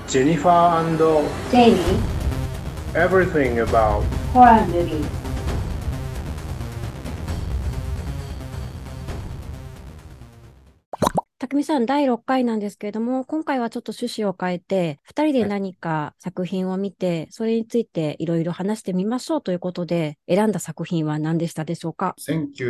Jennifer and Jamie, everything about horror movie. 匠さん、第6回なんですけれども、今回はちょっと趣旨を変えて、2人ではい。 何か作品を見て、それについていろいろ話してみましょうということで、選んだ作品は何でしたでしょうか？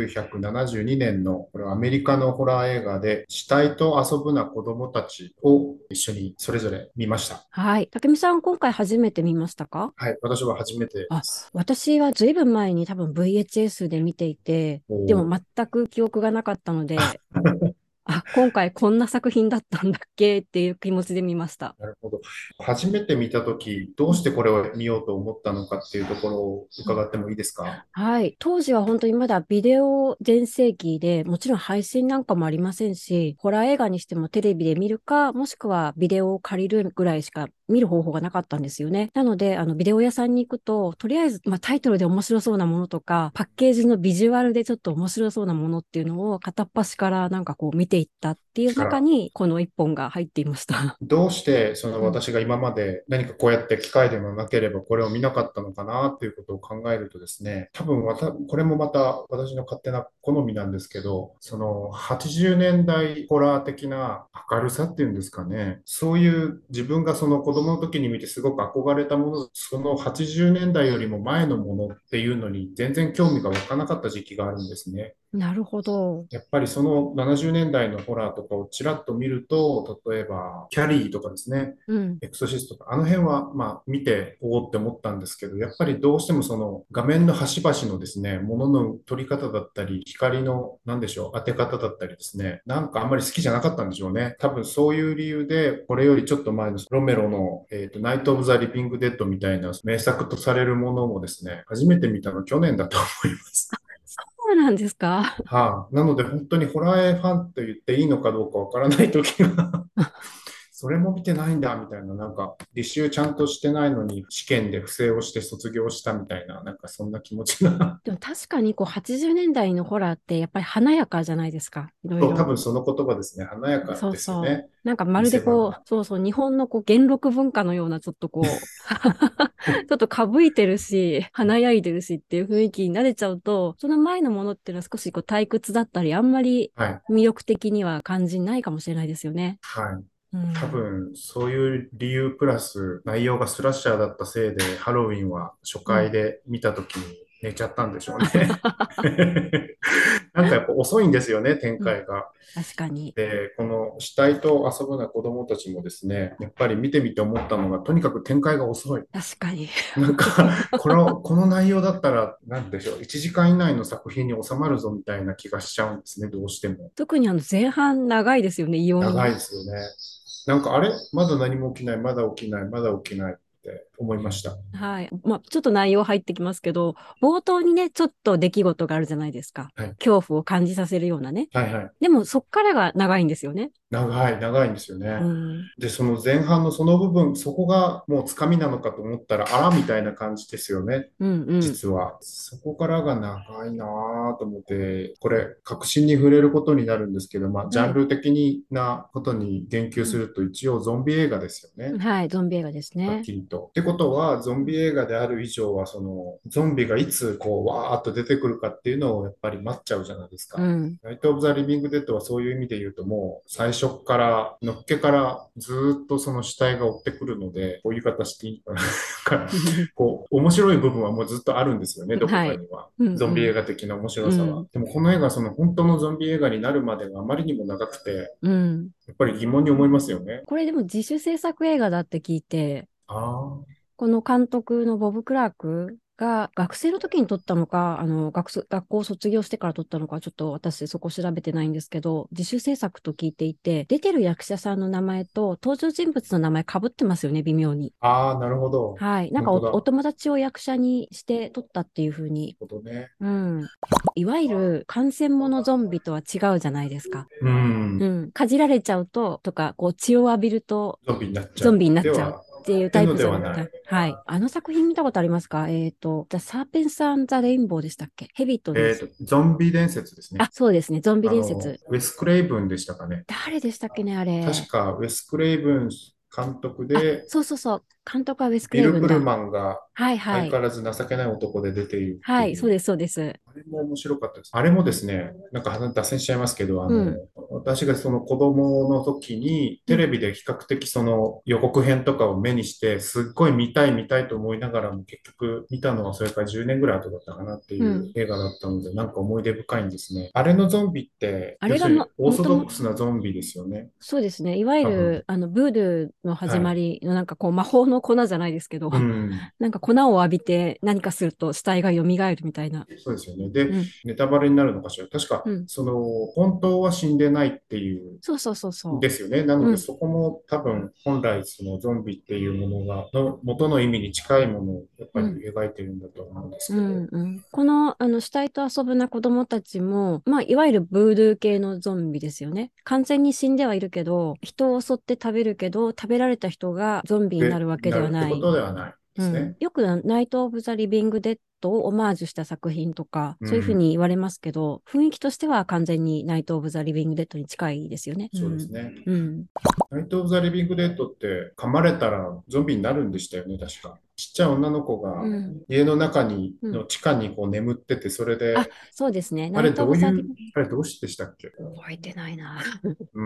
1972年のこれはアメリカのホラー映画で死体と遊ぶな子供たちを一緒にそれぞれ見ました。 はい。匠さん、今回初めて見ましたか？ はい。私は初めてであ、 す。 私はずいぶん前に多分 VHS で見ていて、でもおー。 全く記憶がなかったので、今回こんな作品だったんだっけっていう気持ちで見ました。 なるほど。初めて見たとき、どうしてこれを見ようと思ったのかっていうところを伺ってもいいですか？ はい。当時は本当にまだビデオ全盛期で、もちろん配信なんかもありませんし、ホラー映画にしてもテレビで見るか、もしくはビデオを借りるぐらいしか見る方法がなかったんですよね。なので、ビデオ屋さんに行くと、とりあえず、タイトルで面白そうなものとか、パッケージのビジュアルでちょっと面白そうなものっていうのを片っ端からなんかこう見ていったっていう中からに、この一本が入っていました。 どうしてそのうん。 私が今まで何かこうやって機会でもなければこれを見なかったのかなっていうことを考えるとですね、多分これもまた私の勝手な好みなんですけど、その80年代ホラー的な明るさっていうんですかね、そういう自分がその子供の時に見てすごく憧れたもの、その80年代よりも前のものっていうのに全然興味が湧かなかった時期があるんですね。 なるほど。 やっぱりその70年代のホラーとかをちらっと見ると、例えば、キャリーとかですね、 うん。 エクソシストとか、あの辺はまあ見ておおって思ったんですけど、やっぱりどうしてもその画面の端々のですね、ものの撮り方だったり、光の、なんでしょう、当て方だったりですね、なんかあんまり好きじゃなかったんでしょうね。多分そういう理由で、これよりちょっと前のロメロの、ナイト・オブ・ザ・リビング・デッドみたいな名作とされるものもですね、初めて見たの去年だと思います。 そうなんですか？ はい、なので本当にホラーファンと言っていいのかどうかわからない時がそれも見てないんだみたいな、なんか履修ちゃんとしてないのに試験で不正をして卒業したみたいな、なんかそんな気持ちがでも確かにこう80年代のホラーってやっぱり華やかじゃないですか。いろいそう、多ろ。 分その言葉ですね。華やかそうそう。 ですよね。 なんかまる見でこう、 せ場が。 そうそう、日本のこう元禄文化のようなちょっとこうちょっとかぶいてるし、華やいでるしっていう雰囲気に慣れちゃうと、その前のものっていうのは少しこう退屈だったり、あんまりはい。 魅力的には感じないかもしれないですよね。 はい。 うん。 多分、そういう理由プラス、内容がスラッシャーだったせいで、ハロウィンは初うん。 回で見たときに寝ちゃったんでしょうね。なんかやっぱ遅いんですよね、展うん。 開が。 確かに。 で、この死体と遊ぶな子供たちもですね、やっぱり見てみて思ったのが、とにかく展開が遅い。 確かに。 なんか、この内容だったら、なんでしょう、1時間以内の作品に収まるぞみたいな気がしちゃうんですね、どうしても。 特に前半長いですよね、異様に。 長いですよね。なんか、あれまだ何も起きない、まだ起きない、まだ起きないって思いました。 はい。ちょっと内容入ってきますけど、冒頭にね、ちょっと出来事があるじゃないですか。 はい。 恐怖を感じさせるようなね。 はいはい。 でも、そっからが長いんですよね。 長いんですよね。 うん。 で、その前半のその部分、そこがもうつかみなのかと思ったら、あらみたいな感じですよね。 うんうん。 実は。そこからが長いなぁと思って、これ、確信に触れることになるんですけど、まあ、ジはい。 ャンル的なことに言及うん。 すると、一応ゾンビ映画ですよね。 はい。ゾンビ映画ですはっね。 きりと。ってことは、ゾンビ映画である以上は、その、ゾンビがいつ、こう、わーっと出てくるかっていうのを、やっぱり待っちゃうじゃないですか。 うん。 ナイト・オブ・ザ・リビング・デッドはそういう意味で言うと、もう、最初から、のっけからずーっとその死体が追ってくるので、こういう言い方していいのかな。なんかこう、面白い部分はもうずっとあるんですよね、どこはい。 かには。 うんゾンビ映うん。 画的な面白さは。 うん。 でも、この映画はその本当のゾンビ映画になるまでがあまりにも長くて、 うん。 やっぱり疑問に思いますよね。 これでも自主制作映画だって聞いて、 ああ。 この監督のボブ・クラークが学生の時に撮ったのか、学校を卒業してから撮ったのか、ちょっと私そこ調べてないんですけど、自主制作と聞いていて、出てる役者さんの名前と登場人物の名前被ってますよね、微妙に。 ああ、なるほど。 はい。なんかお本当だ。なる友達を役者にして撮ったっていう風に。 ほどね。 うん。いわゆる感染者ゾンビとは違うじゃないですか。 うん。 うん。かじられちゃうと、とか、こう血を浴びるとゾンビになっちゃゾンう。 ビになっちゃうでは、 っていうタイプっていうのでじゃなくて、 はない。 はい。あの作品見たことありますか？ザ・サーペンサー・ザ・レインボーでしたっけ？ヘビとね。 ゾンビ伝説ですね。 あ、そうですね。ゾンビ伝説。 ウェス・クレイブンでしたかね。 誰でしたっけね、あれ。 確か、ウェス・クレイブン監督あ、 で、 そうそうそう。監督はウェス・クビル・プルレイブンだ。 マンがはいはい。 相変わらず情けない男で出ているってはい、 いう。 そうです、そうです。 あれも面白かったです。あれもですね、なんか脱線しちゃいますけど、 うん、 私がその子供の時に、 うん、 テレビで比較的その予告編とかを目にして、すっごい見たい見たいと思いながらも、結局見たのはそれから10年ぐらい後だったかなっていううん。 映画だったので、なんか思い出深いんですね。あれのゾンビって、 あれが要するにオーもとも、 ソドックスなゾンビですよね。 そうですね。いわゆ多分。 る、ブードゥーの始まはい。 りのなんかこう魔法の粉じゃないですけど、 うん。 なんか粉を浴びて何かすると死体が蘇るみたいな。 そうですよね。で、 うん、 ネタバレになるのかしら。確か、 うん。 その、本当は死んでないっていうそうそうそうそですよね。なう。 ので、 うん、 そこも多分、本来、そのゾンビっていうものが、の元の意味に近いものを、やっぱりうん。 描いてるんだと思うんですうけど。 んうん、この、死体と遊ぶな子供たちも、まあ、いわゆるブードゥー系のゾンビですよね。完全に死んではいるけど、人を襲って食べるけど、食べられた人がゾンビになで、 るわけでなるってこはない。 とではないでうん、 すね。 よくナイト・オブ・ザ・リビング・デッドをオマージュした作品とか、そういうふううん。 に言われますけど、雰囲気としては完全にナイト・オブ・ザ・リビング・デッドに近いですよね。うん。 そうですね。 うん。 ナイト・オブ・ザ・リビング・デッドって噛まれたらゾンビになるんでしたよね、確か。ちっちゃい女の子がうん。 家の中に、 うん。 の地下にこう眠ってて、それあ、 で、 そうですね。 あれナイト・オブ・ザ・どういう、 リビング、 あれどうしてしたっけ？ 覚えてないな。 うん。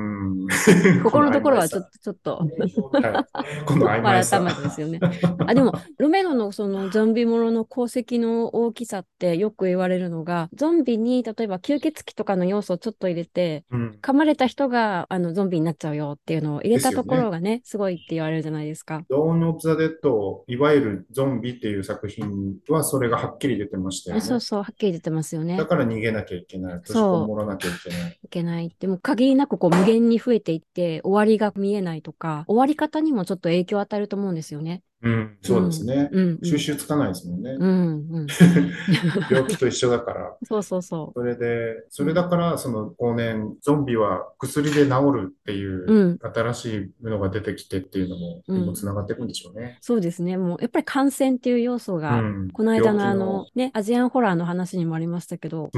ここのこのところは曖昧さ。 ちょっとはい。この曖昧さ。 まだ頭ですよね。あ、でも、ロメロのそのゾンビものの功績の大きさってよく言われるのが、ゾンビに例えば吸血鬼とかの要素をちょっと入れて、 うん。 噛まれた人がゾンビになっちゃうよっていうのを入れたところですよね。 がね、すごいって言われるじゃないですか。 ドーン・オブ・ザ・デッド、いわゆるゾンビっていう作品はそれがはっきり出てましたよね。 そうそう、はっきり出てますよね。 だから逃げなきゃいけない。閉じこそう、 もらなきゃいけない。 いけない。でも限りなくこう無限に増えていって終わりが見えないとか、終わり方にもちょっと影響を与えると思うんですよね。 うん、そうですうん、 ね。 うん、うん、 収集つかないですもんね。 うん、うん。 病気と一緒だから。 そうそうそそれで、そう。うん。 れだから、その後年、ゾンビは薬で治るっていううん。 新しいのが出てきてっていうのも、にもつうん。 ながっていくんでしょうね。 そうですね。もう、やっぱり感染っていう要素が、 うん。 この間病気の、 のね、アジアンホラーの話にもありましたけど、 うん。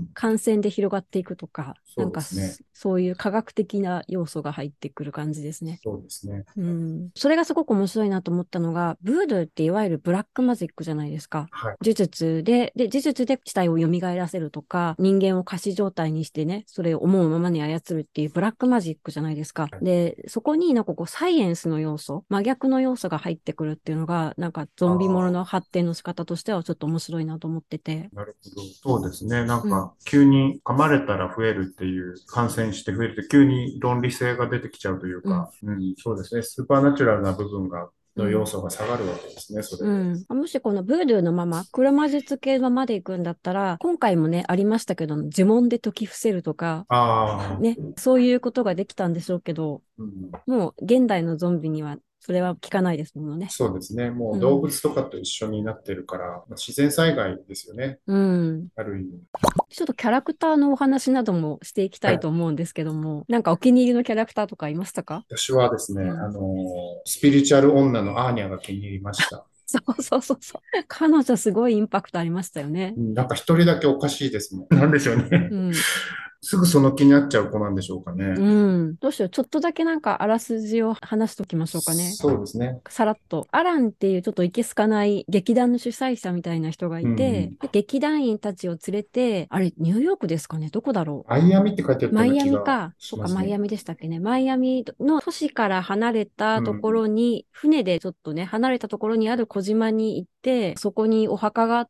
感染で広がっていくとか、なそうんかですね。 そういう科学的な要素が入ってくる感じですね。 そうですね。 うん。それがすごく面白いなと思ったのが、ブードゥーっていわゆるブラックマジックじゃないですか。 はい。 呪術で死体を蘇らせるとか、人間を仮死状態にしてね、それを思うままに操るっていうブラックマジックじゃないですか。で、そこになんかこうサイエンスの要素、真逆の要素が入ってくるっていうのが、なんかゾあンビもののあ。 発展の仕方としてはちょっと面白いなと思ってて。 なるほど。そうですね。なんうん。 か、急に噛まれたら増えるっていう、感染して増えるって、急に論理性が出てきちゃうといううん。 か、うん、そうですね。スーパーナチュラルな部分が、の要うん。 素が下がるわけですね、それで。 うん。もしこのブードゥーのまま、黒魔術系のままで行くんだったら、今回もね、ありましたけど、呪文で解き伏せるとか、 ああ、 ね、そういうことができたんでしょうけど、 うん、 もう現代のゾンビにはそれは効かないですものね。 そうですね。もう動うん。 物とかと一緒になってるから、自然災害ですよね。 うん。 ある意味。 ちょっとキャラクターのお話などもしていきたいとはい。 思うんですけども、なんかお気に入りのキャラクターとかいましたか？ 私はですね、 うん。 スピリチュアル女のアーニャが気に入りました。 そうそうそうそう。彼女すごいインパクトありましたよね。 うん、なんか一人だけおかしいですもん。なんでしょうね。 うん。 すぐその気になっちゃう子なんでしょうかね。 うん。どうしよう。ちょっとだけなんかあらすじを話しておきましょうかね。 そうですね。 さらっと。アランっていうちょっといけすかない劇団の主催者みたいな人がいて、 うん。 で劇団員たちを連れて、あれ、ニューヨークですかね、どこだろマイアミって書いてあったようなう。マイア気がミか。そうか、 しますね。 マイアミでしたっけね。マイアミの都市から離れたとこうん。 ろに、船でちょっとね、離れたところにある小島に行って、そこにお墓があって、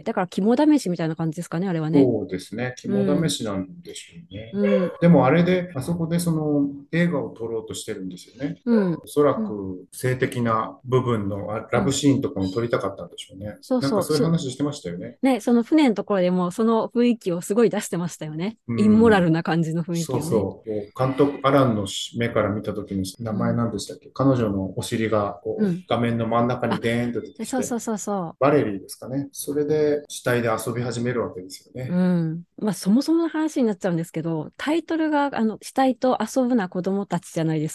だから肝試しみたいな感じですかね、あれはね。 そうですね。 う肝試ん。 しなんでしょうね。 うん。 でもあれで、あそこでその映画を撮ろうとしてるんですよね。 うん。 おそらうん。 く性的な部分のラブうん。 シーンとかも撮りたかったんでしょうね。なんかそうそう。 そういう話してましたよね。 ね、その船のところでもその雰囲気をすごい出してましたよね。 うインモラん。 ルな感じの雰囲そう気をね。 そう。監督、アランの目から見たときに名前うん。 何でしたっけ？彼女のお尻がこううん。 画面の真ん中にあ、 デーンと出てきて、 そうそうそうそバレリーですかね。それで死体で遊び始めるわけですよう。 ね。 うん。まあ、そもそもの話になっちゃうんですけど、タイトルが、死体と遊ぶな子供たちじゃないですか。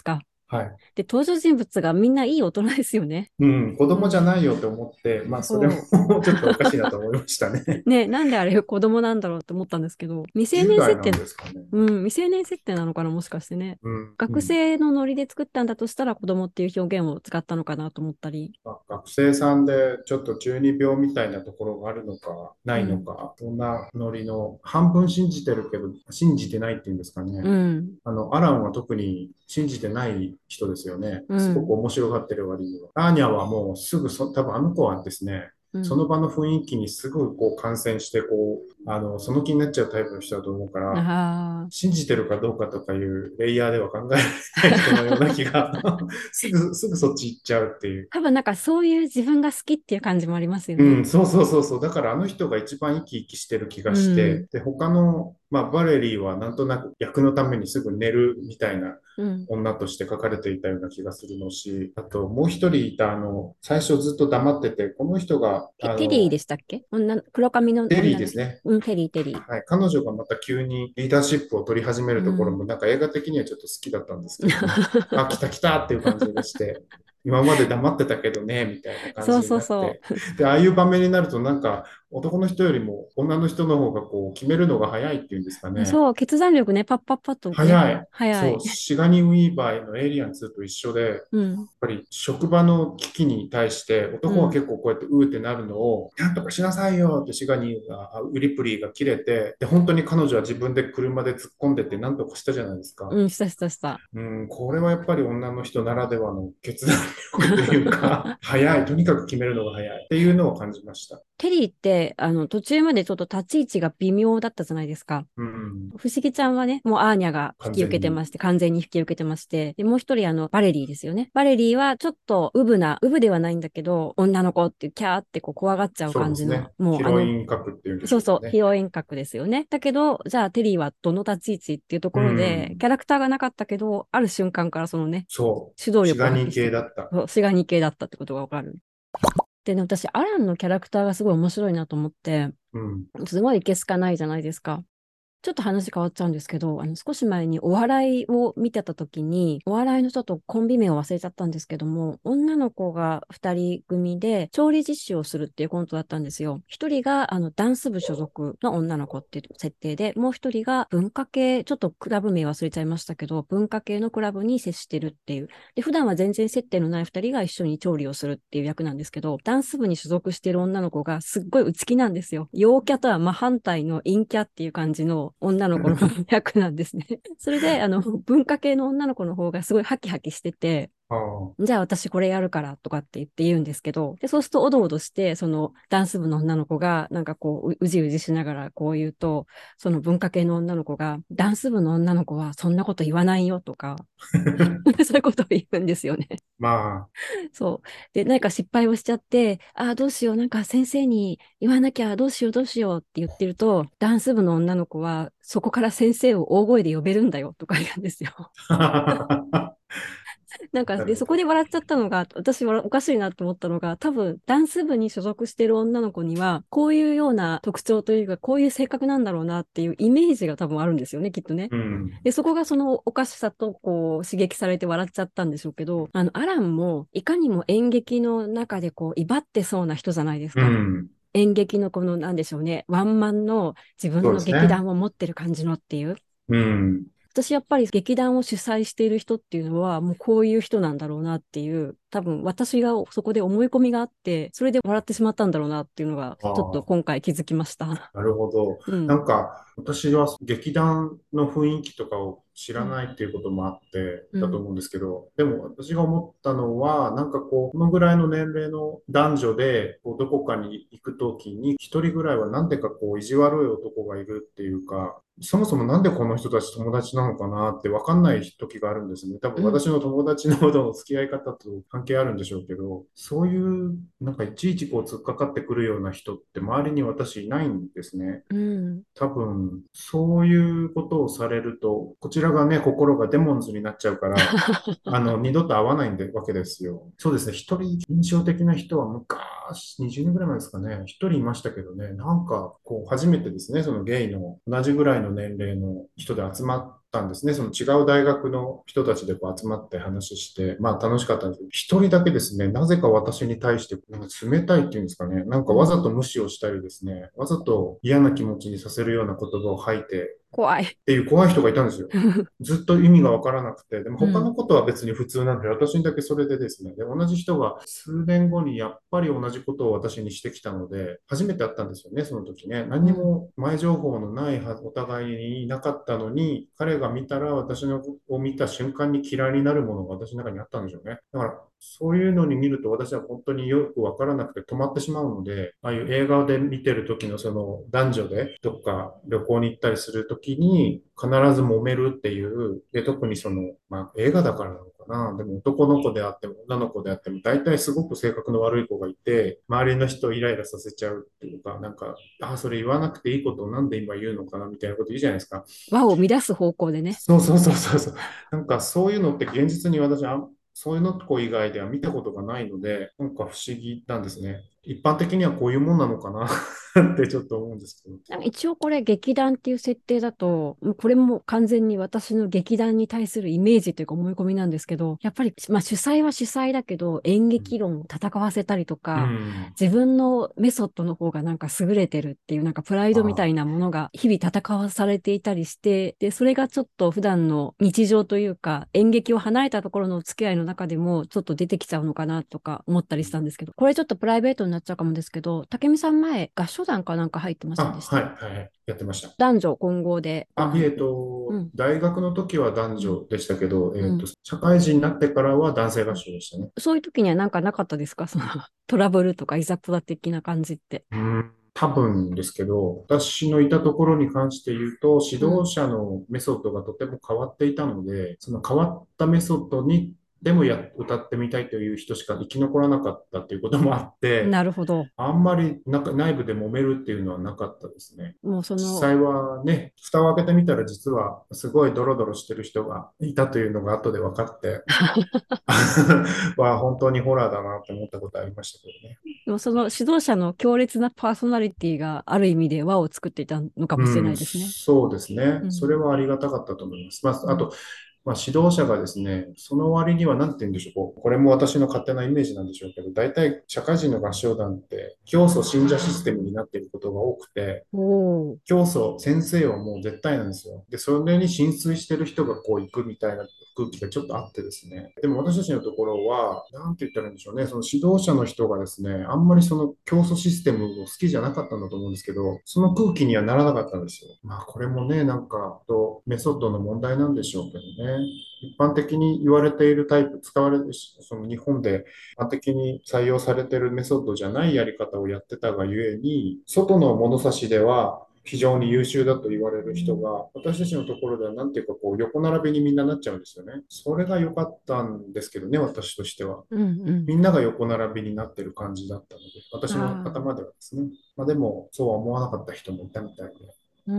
はい。 で、登場人物がみんないい大人ですよね。 うん、子供じゃうん。 ないよって思って、まあ、それもそちょっとおかしいなと思いましたね。 う。ね、なんであれ子供なんだろうって思ったんですけど、未成 10代なん年設定、 ですかね。 うん、未成年設定なのかな、もしかしてね。 うん、う学ん。 生のノリで作ったんだとしたら子供っていう表現を使ったのかなと思ったり。 まあ、学生さんでちょっと中二病みたいなところがあるのか、ないのうん。 か、そんなノリの、半分信じてるけど、信じてないっていうんですかね。 うん。 アランは特に信じてない人ですよね。すごくうん。 面白がってる割には。アーニャはもうすぐ多分あの子はですね、 うん。 その場の雰囲気にすぐこう感染して、こう、その気になっちゃうタイプの人だと思うから、 ああ。 信じてるかどうかとかいうレイヤーでは考えられない人のような気がすぐそっち行っちゃうっていう。 多分なんかそういう自分が好きっていう感じもありますよね。 うん、そうそうそうそう。だからあの人が一番生き生きしてる気がうしん。 て、で、他の、まあ、バレリーはなんとなく役のためにすぐ寝るみたいなうん。 女として書かれていたような気がするのし、あともう一人いた最初ずっと黙ってて、この人が、 テリーでしたっけ黒髪のテリー女の人。 ですね。 うん、テリー、テリはい、彼女がまた急にリーダーシップを取り始めー。うるところん。 もなんか映画的にはちょっと好きだったんですけどね。あ、来た来たっていう感じがして、今まで黙ってたけどね、みたいな感そうじにそうそなって。で、ああいう場面になるとなんか男の人よりも女の人の方がこう決めるのが早いっていうんですかう。 ね。 そう、決断力ね、パッパッパッとね、 早い。そう、 早い。 シガニー・ウィーバーのエイリアン2と一緒で、やっうん。 ぱり職場の危機に対して男はうん。 結構こうやってうーってなるのを、なんとかしなさいよってシガニーが、ウリプリーが切れて、で、本当に彼女は自分で車で突っ込んでってなんとかしたじゃないですか。 うん、したしたした。 うん、これはやっぱり女の人ならではの決断力というか、早い。とにかく決めるのが早いっていうのを感じました。 テリーって、途中までちょっと立ち位置が微妙だったじゃないですか。 うん、 不思議ちゃんはね、もうアーニャが引き受完全に。 けてまして、完全に引き受けてまして、で、もう一人バレリーですよね。バレリーはちょっとウブではないんだけど、女の子っていうキャーってこう怖がっちゃう感じの、 そうですね。ヒロイン格っていうんでしそうそう、 ょうかね。 ヒロイン格ですよね。だけど、じゃあテリーはどの立ち位置っていうとうころで、 ん、 キャラクターがなかったけど、ある瞬間からそのね、 そう。 主導力をシガニー発揮してて、 系だった。 そうシガニ系だったってことがわかる。でね、私、アランのキャラクターがすごい面白いなと思って、 うん。 すごいいけすかないじゃないですか。ちょっと話変わっちゃうんですけど、少し前にお笑いを見てた時に、お笑いの人とコンビ名を忘れちゃったんですけども、女の子が二人組で調理実習をするっていうコントだったんですよ。一人がダンス部所属の女の子っていう設定で、もう一人が文化系、ちょっとクラブ名忘れちゃいましたけど、文化系のクラブに接してるっていう。で、普段は全然接点のない二人が一緒に調理をするっていう役なんですけど、ダンス部に所属してる女の子がすっごい内気なんですよ。陽キャとは真反対の陰キャっていう感じの女の子の役なんですね。それで、文化系の女の子の方がすごいハキハキしてて、 ああ、 じゃあ私これやるからとかって言うんですけど、で、そうするとおどおどして、そのダンス部の女の子がなんかこう、うじうじしながらこう言うと、その文化系の女の子が、ダンス部の女の子はそんなこと言わないよとか、そういうことを言うんですよね。 まそう。で、何か失敗をしちゃって、ああ、どうしよう、なんか先生に言わなきゃ、どうしよう、どうしようって言ってると、ダンス部の女の子は、そこから先生を大声で呼べるんだよとか言うんですよ。 あ、 なんか、で、そこなるほど。 で笑っちゃったのが、私はおかしいなと思ったのが、多分、ダンス部に所属してる女の子には、こういうような特徴というか、こういう性格なんだろうなっていうイメージが多分あるんですよね、きっとね。 うん。 で、そこがそのおかしさとこう刺激されて笑っちゃったんでしょうけど、アランもいかにも演劇の中でこう威張ってそうな人じゃないですうか。 ん。 演劇のこのなんでしょうね、ワンマンの自分そうのですね。 劇団を持ってる感じのっていう。 うん。 私やっぱり劇団を主催している人っていうのはもうこういう人なんだろうなっていう、多分私がそこで思い込みがあって、それで笑ってしまったんだろうなっていうのが、 あちょっとあ。 今回気づきました。 なるほど。 うん。 なんか、私は劇団の雰囲気とかを知らうん。 ないっていうこともあってうん。 だと思うんですけど、でも私が思ったのは、なんかこう、このぐらいの年齢の男女で、こうどこかに行くときに、一人ぐらいはなんでかこう、意地悪い男がいるっていうか、そもそもなんでこの人たち友達なのかなって分かんない時があるんですね。多分うん。 私の友達のとの付き合い方と関係あるんでしょうけど、そういうなんかいちいちこう突っかかってくるような人って周りに私いないんですね。 うん。 多分、そういうことをされると、こちらがね、心がデモンズになっちゃうから、二度と会わないわけですよ。そうですね、一人印象的な人は昔、20年ぐらい前ですかね、一人いましたけどね、なんか、こう、初めてですね、そのゲイの同じぐらいの年齢の人で集まったんですね。その違う大学の人たちでこう集まって話して、まあ楽しかったんですけど、一人だけですね、なぜか私に対してなんか冷たいっていうんですかね、なんかわざと無視をしたりですね、わざと嫌な気持ちにさせるような言葉を吐いて、 怖い。 っていう怖い人がいたんですよ。ずっと意味がわからなくて、でもうん。 他のことは別に普通なんで、私にだけそれでですね、で、同じ人が数年後にやっぱり同じことを私にしてきたので、初めて会ったんですよね、その時ね。何にうん。 も前情報のないはお互いにいなかったのに、彼が見たら私のを見た瞬間に嫌いになるものが私の中にあったんでしょうね。だから、そういうのに見ると私は本当によくわからなくて止まってしまうので、ああいう映画で見てる時のその男女でどっか旅行に行ったりする時に必ず揉めるっていう、で、特にその、まあ映画だからなのかな。でも男の子であっても女の子であっても大体すごく性格の悪い子がいて、周りの人をイライラさせちゃうっていうか、なんか、あ、それ言わなくていいことをなんで今言うのかなみたいなこと言うじゃないですか。 和を乱す方向でね。 そうそうそうそうそう。なんかそういうのって現実に私はそういうの子以外では見たことがないので、なんか不思議なんですね。一般的にはこういうもんなのかなってちょっと思うんですけど。 なんか一応これ劇団っていう設定だと、もうこれも完全に私の劇団に対するイメージというか思い込みなんですけど、やっぱり、まあ主催は主催だけど、演劇論を戦わせたりとうか、 ん。 自分のメソッドの方がなんか優れてるっていうなんかプライドみたいあなものが日々戦わされていたりして、で、それがちょっと普段の日常というか、演劇を離れたところのお付き合いの中でもちょっと出てきちゃうのかなとか思ったりしたんですけど、これちょっとプライベートになっちゃうかもですけど、竹見さん前合唱団かなんか入ってませんでしはい、 た？ はい、やってました。 男女混合で、 あ、いえ、 うん、 大学の時は男うん、 女でしたけど、 うん。 社会人になってからは男性合唱でしたね。 そういう時にはなんかなかったですか？そのトラブルとかいざこざ的な感じって。 うん、多分ですけど、私のいたところに関して言うと、指うん。 導者のメソッドがとても変わっていたので、その変わったメソッドにでも歌ってみたいという人しか生き残らなかったっていうこともあって、 なるほど。 あんまり内部で揉めるっていうのはなかったですね。 もうその、 実際はね、蓋を開けてみたら実はすごいドロドロしてる人がいたというのが後で分かって、本当にホラーだなって思ったことありましたけどね。 でもその指導者の強烈なパーソナリティがある意味で輪を作っていたのかもしれうん、 ないですね。 そうですね。それうん。 はありがたかったと思います。まあ、 うん。 あと、まあ、指導者がですね、その割には何て言うんでしょう、これも私の勝手なイメージなんでしょうけど、大体社会人の合唱団って教祖信者システムになっていることが多くて、 おー。 教祖、先生はもう絶対なんですよ。で、それに浸水してる人がこう行くみたいな空気がちょっとあってですね。でも私たちのところは、なんて言ったらいいんでしょうね。その指導者の人がですね、あんまりその教祖システムを好きじゃなかったんだと思うんですけど、その空気にはならなかったんですよ。まあこれもね、なんかメソッドの問題なんでしょうけどね。一般的に言われているタイプ、使われる、その日本で一般的に採用されているメソッドじゃないやり方をやってたがゆえに、外の物差しでは非常に優秀だと言われる人が、私たちのところではなんていうかこう横並びにみんななっちゃうんですよね。それが良かったんですけどね、私としては。 うんうん。 みんなが横並びになってる感じだったので、私のああ。 頭ではですね。まあでも、そうは思わなかった人もいたみたいで、 うん。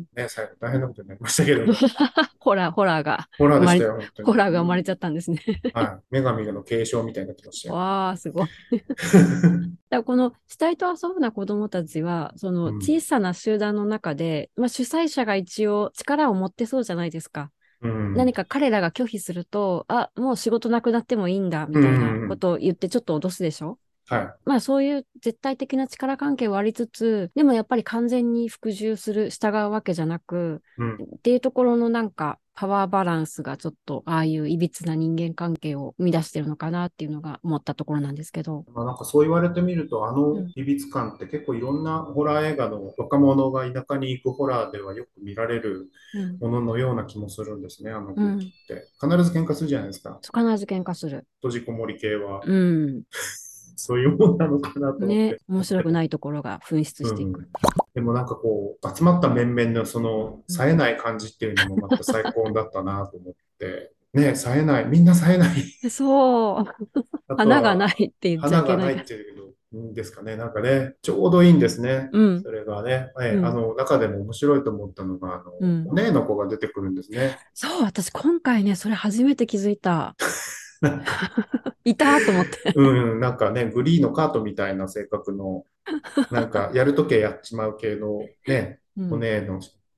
ね、最後大変なことになりましたけれど、 ホラーがホラー生まれ、 でしたよ、本当に。 ホラーが生まれちゃうん、 ったんですね。 はい。女神の継承みたいになってましたよ。 わあ、すごい。だからこの死体と遊ぶな子供たちは、そのうん。 小さな集団の中で、まあ、主催者が一応力を持ってそうじゃないですか。 うん。 何か彼らが拒否すると、あ、もう仕事なくなってもいいんだ、みうたいなこん。 とを言ってちょっと脅すでしょ？ はい。 まあそういう絶対的な力関係はありつつ、でもやっぱり完全に服従する、従うわけじゃなく、 うん。 っていうところのなんかパワーバランスがちょっとああいういびつな人間関係を生み出してるのかなっていうのが思ったところなんですけど。 まあ、なんかそう言われてみると、あのうん。 いびつ感って結構いろんなホラー映画の若者が田舎に行くホラーではよく見られるうん。 もののような気もするんですね、あの空気うん。 って。必ず喧嘩するじゃないですか。 必ず喧嘩する。 閉じこもり系は。 うん。 そういうもんなのかなと思っね。 て。 面白くないところが噴出していく。 うん。でもなんかこう、集まった面々のそのうん。 冴えない感じっていうのもまた最高だったなと思って。ね、冴えない。みんな冴えない。 そう。 あと花がなは、 いって言っちゃいけない。 花がないっていうけど、いいんですかね。なんかね、ちょうどいいんですね。 うん。 それがね、 うん。 中でも面白いと思ったのが、 うん。 お姉の子が出てくるんですね。 そう、私今回ね、それ初めて気づいた。 なんか、 いたと思って。 うん、なんかね、グリーのカートみたいな性格の、なんか、やるときはやっちまう系のね、 うん。 お姉の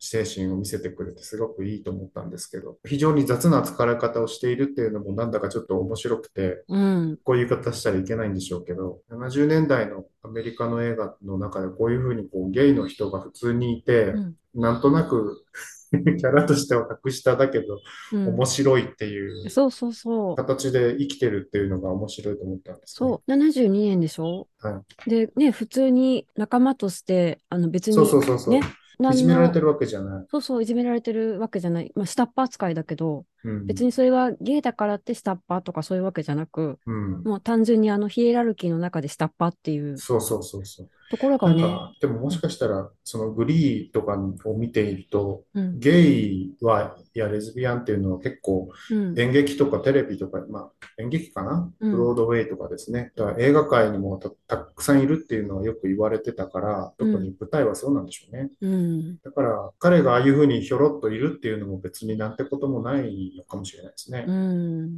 精神を見せてくれてすごくいいと思ったんですけど、非常に雑な扱われ方をしているっていうのもなんだかちょっと面白くて、 うん。 こういう言い方したらいけないんでしょうけど、70年代のアメリカの映画の中でこういうふうにこうゲイの人が普通にいて、 うん。 なんとなくキャラとしては格下だけどうん。 面白いっていうそうそうそう。 形で生きてるっていうのが面白いと思ったんですね。 そう。72年でしょ？ はい。 で、ね、普通に仲間として、別そうに、 そうそうそう。 ね、 いじ何の、 められてるわけじゃない。 そうそう、いじめられてるわけじゃない。まあ、下っ端扱いだけど、 うん。 別にそれはゲイだからって下っ端とかそういうわけじゃなく、 うん。 もう単純にヒエラルキーの中で下っ端っていうそうそうそうそう。 ところがね、 なんか、でももしかしたら、そのグリーとかを見ていると、 うん、 ゲイやレズビアンっていうのは結構うん、 演劇とかテレビとか、まあ演劇かなうん、 ブロードウェイとかですね。だから映画界にもたくさんいるっていうのはよく言われてたから、 うん、 特に舞台はそうなんでしょうね。 うん、 だから彼がああいうふうにひょろっといるっていうのも別になんてこともないのかもしれないですね。 うん、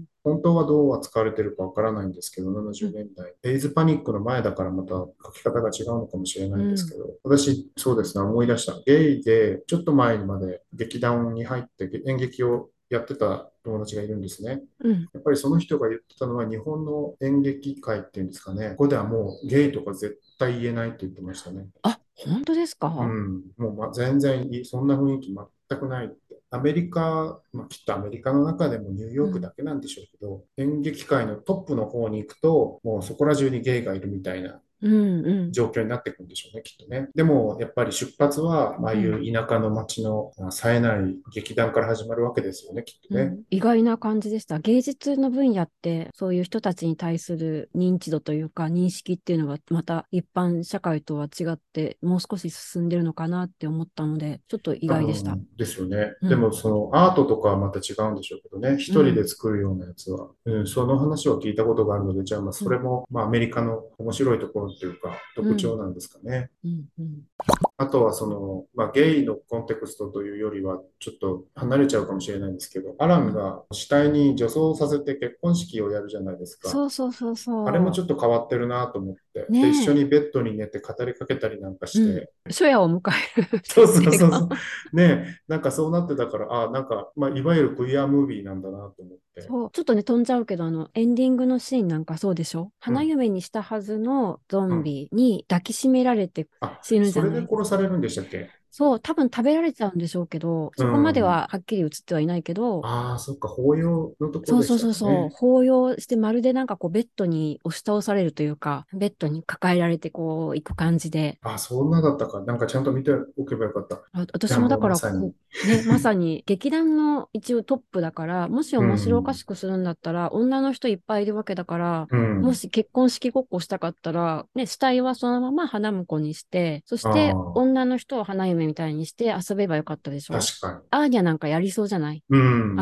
本当はどう扱われてるかわからないんですけど、70 うん、 年代。エイズパニックの前だからまた書き方が違うのかもしれなうん、 いんですけど、私、そうですね、思い出した。ゲイで、ちょっと前にまで劇団に入って演劇をやってた友達がいるんですね。 うん。 やっぱりその人が言ってたのは、日本の演劇界っていうんですかね、ここではもうゲイとか絶対言えないって言ってましたね。 あ、本当ですか？ うん、もう全然そんな雰囲気全くないって。アメリカ、まあ、きっとアメリカの中でもニューヨークうん、 だけなんでしょうけど、演劇界のトップの方に行くと、もうそこら中にゲイがいるみたいなうん、うん、 状況になっていくんでしょうね、きっとね。でも、やっぱり出発は、ああうん。 いう田舎の町の冴えない劇団から始まるわけですよね、きっとね。 うん、意外な感じでした。芸術の分野って、そういう人たちに対する認知度というか、認識っていうのが、また一般社会とは違って、もう少し進んでるのかなって思ったので、ちょっと意多外でした。 分ですよね。 うん、 でも、そのアートとかはまた違うんでしょうけどね。一人でうん、 作るようなやつは。その話を聞いたことがあるので、じゃあ、まあ、 うん、 それも、まあ、アメリカの面白いところっていうか、 うん、 特徴なんですかね。 うん、うん。 あとは、まあ、ゲイのコンテクストというよりは、ちょっと離れちゃうかもしれないんですけど、アラうん。 ンが死体に女装させて結婚式をやるじゃないですか。 そうそうそうあれもちそょっと変わってるなと思って。 う。 で、一緒ねにベッドに寝て語りかけたりなんかえ。うん。 して、 初夜を迎えるそう設定が。 そうそうそう。ねえ、なんかそうなってたから、あ、なんか、まあ、いわゆるクイアムービーなんだなと思って。 そう。ちょっとね、飛んじゃうけど、エンディングのシーンなんかそうでしょ？花うん、 嫁にしたはずのゾンうん。 ビに抱きしめられてあ、 死ぬじそれでゃないですか。 殺されるんでしたっけ？ そう、多分食べられちゃうんでしょうけど、 うそこまでん。 ははっきり映ってはいないけど、 ああ、そっか、法要のとこそうそうでしたそうそう、 かね。 抱擁してまるでなんかこうベッドに押し倒されるというか、ベッドに抱えられてこう行く感じで、 あ、そんなだったか。なんかちゃんと見ておけばよかった。じゃあもう私もだかまさに。 らね、まさに劇団の一応トップだから、もしう面白おかん。 しくするんだったら、女の人いっぱいいるわけだから、 うん。 もし結婚式ごっこしたかったら、ね、死体はそのまま花婿にして、そしあてあ、 女の人を花嫁みたいにして遊べばよかったでしょ？ 確かに。 アーニャなんかやりそうじゃない？ うん。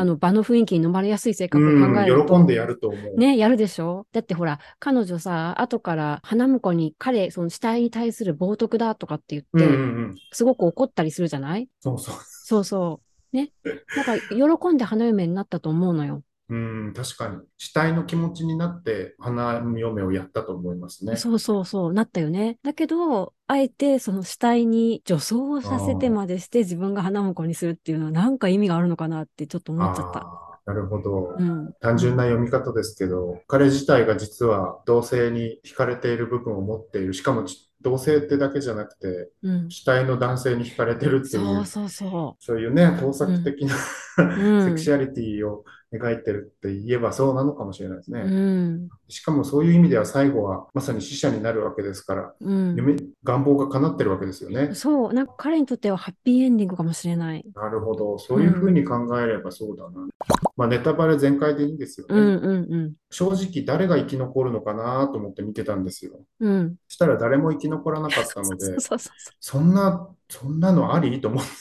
場の雰囲気に飲まれやすい性格を考うん。 えると、 喜んでやると思う。 ね、やるでしょ？だってほら、彼女さ、後から花婿にその死体に対する冒涜だとかって言っうんうて、 んうん。 すごく怒ったりするじゃない？ そうそう。 そうそう。ね。なんか、喜んで花嫁になったと思うのよ。 うん、確かに。死体の気持ちになって花嫁をやったと思いますね。 そうそうそう、なったよね。だけど、あえてその死体に女装をあさせてまあ。 でして自分が花婿にするっていうのはなんか意味があるのかなってちょっと思っちゃった。 ああ、なるほど。 うん、 単純なうん、 読み方ですけど、彼自体が実は同性に惹かれている部分を持っている。しかも同性ってだけじゃなくて、 うん。 主体の男性に惹かれてるっていう、 そうそうそそういうね、盗う。うん、 作的なセうん、 クシュアリティを描いてるって言えばそうなのかもしれないですうね。 ん、 しかもそういう意味では最後はまさに死者になるわけですから、 うん。 夢、願望が叶ってるわけですよね。 そう、なんか彼にとってはハッピーエンディングかもしれない。 なるほど。そういうふううん、 に考えればそうだな。まあネタバレ全開でいいんですよね。 うん、うん、うん、 正直誰が生き残るのかなと思って見てたんですよ。 うん。 したら誰も生き残らなかったのそうで、 そうそうそそんなのありと思って、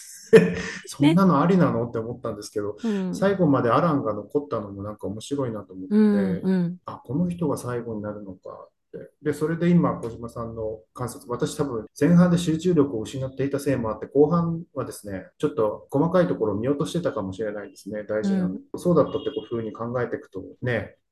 う。ね。 そんなのありなのって思ったんですけど、 うん、 最後までアランが残ったのもなんか面白いなと思っうん、 て、 うん、 あ、この人が最後になるのかって。で、それで今、小島さんの観察、私多分前半で集中力を失っていたせいもあって、後半はですね、ちょっと細かいところを見落としてたかもしれないですね、大事なの。 うん、 そうだったってこういうふうに考えていくとね、 うん。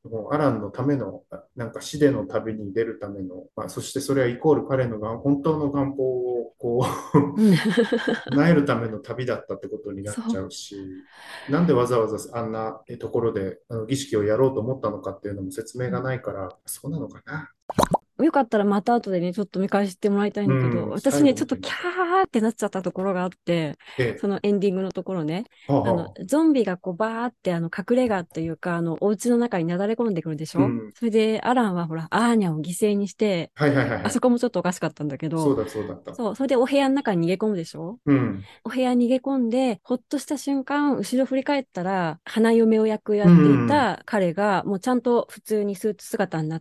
もうアランのための、なんか死での旅に出るための、まあ、そしてそれはイコール彼の本当の願望をこううん。 叶えるための旅だったってことになっそう。 ちゃうし、なんでわざわざあんなところで儀式をやろうと思ったのかっていうのも説明がないから、そうなのかな。 よかったらまた後でね、ちょっと見返してもらいたいんだけど、 うん、 私ね、 最後ちょっとキ見てみたい。 ャーってなっちゃったところがあって、 ええ、 そのエンディングのところね、 はあ、はあ、 ゾンビがこうバーって隠れ家というか、お家の中になだれ込んでくるでしょ。 うん、 それで、アランはほら、アーニャを犠牲にして、 はいはいはいはい。 あそこもちょっとおかしかったんだけど、 そうだそうだった。 そう、それでお部屋の中に逃げ込むでしょ。 うん、 お部屋に逃げ込んで、ほっとした瞬間、後ろ振り返ったら、花嫁を役やうっていん、 た彼が、もうちゃんと普通にスーツ姿になって、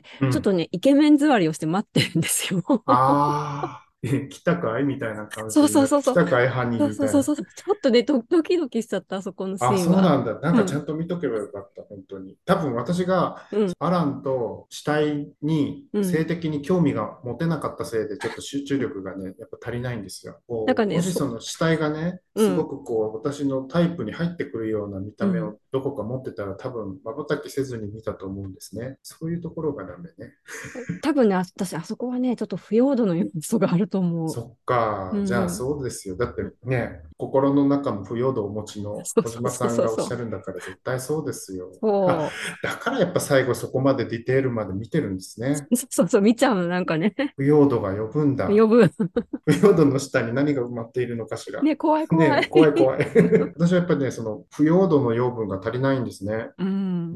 うん。 ちょっとね、イケメン座りをして待ってるんですよ。 ああ、来たかいみたいな感そうじになって、 そうそうそう。 来たかい犯人そうみたいな。 そうそうそう。ちょっとね、ドキドキしちゃった、あそこのあ、 シーンは。 そうなんだ。なんかちゃうん。 んと見とけばよかった、本当に。多分私がうん。 アランと死体にうん。 性的に興味が持てなかったせいで、ちょっと集中力がね、やっぱ足りないんですよ。こう、もなんかね、 しその死体がね、すごうん。 くこう、私のタイプに入ってくるような見た目うん。 をどこか持ってたら、多分瞬きせずに見たと思うんですね。そういうところがダメね。 多分ね、私、あそこはね、ちょっと腐葉土の要素があると思う。 そっか。じゃあうん。 そうですよ。だってね、心の中の腐葉土をお持ちの小そうそう島さんがおっそうそうそう。 しゃるんだから絶対そうですよ。あ、 そだからやっぱ最後そこまでディテールまで見てるんですね。 う。そうそう、見ちゃうの、なんかね。 腐葉土が呼ぶんだ。 呼ぶ。 腐葉土の下に何が埋まっているのかしら。 ね、怖い怖ね、 い。 怖い怖い。私はやっぱりね、その腐葉土の養分が足りないんですね。 うん。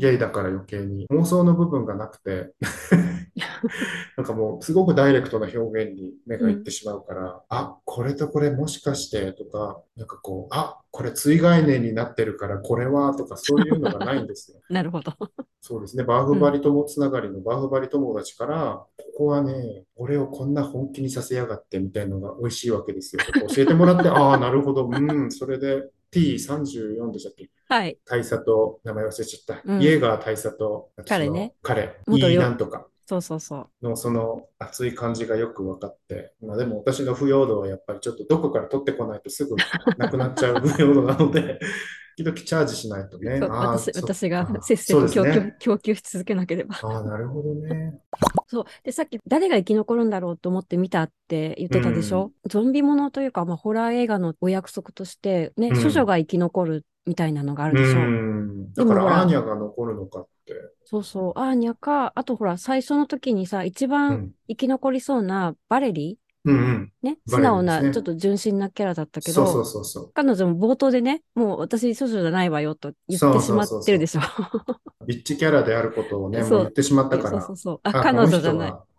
ゲイだから余計に。妄想の部分がなくて、なんかもうすごくダイレクトな表現に目うん。 がいってしまうから、あ、これとこれもしかしてとか、なんかこう、あ、これ対概念になってるからこれはとかそういうのがないんですよ。 なるほど。 そうですね。バーフうん。 バリ友つながりのバーフバリ友達から、ここはね、俺をこんな本気にさせやがってみたいのが美味しいわけですよ。とか教えてもらって、ああ、なるほど。うん、それで T34 でしたっけ？ はい。 大佐と、名前忘れちゃった。 うん。 イエーガー大佐と、そ彼ね。 の彼、いいな元領、 んとか。 そうそうそう。 のその熱い感じがよく分かって、まあ、でも私の腐葉土はやっぱりちょっとどこから取ってこないとすぐなくなっちゃう腐葉土なので、時々チャージしないとね。 そう、 ああ、そっ私がせか。 っせそうとですね。 供給し続けなければ。 ああ、なるほどね。 そう。で、さっき誰が生き残るんだろうと思って見たって言っうてたでしょ。 ん、 ゾンビものというか、まあ、ホラー映画のお約束として、ね、処女うん、 が生き残るみたいなのがあるうでしょ。 ん。だからアーでもほら、 ニャが残るのかって。 そうそう、アーニャか、あとほら、最初の時にさ、一番うん、 生き残りそうなバレリうん、うん。 ね、 バレ素直な、ちょっルですね。 と純真なキャラだったけそうそうど、 そうそう。 彼女も冒頭でね、もう私処女じゃないわよと言ってそうそうしまっそうそてるでしょ。 う。ビッチキャラであることをね、もうそう、 言ってしまったえ、 から、 そうそうそう。あ、 あ、こ彼の女じゃない。 人は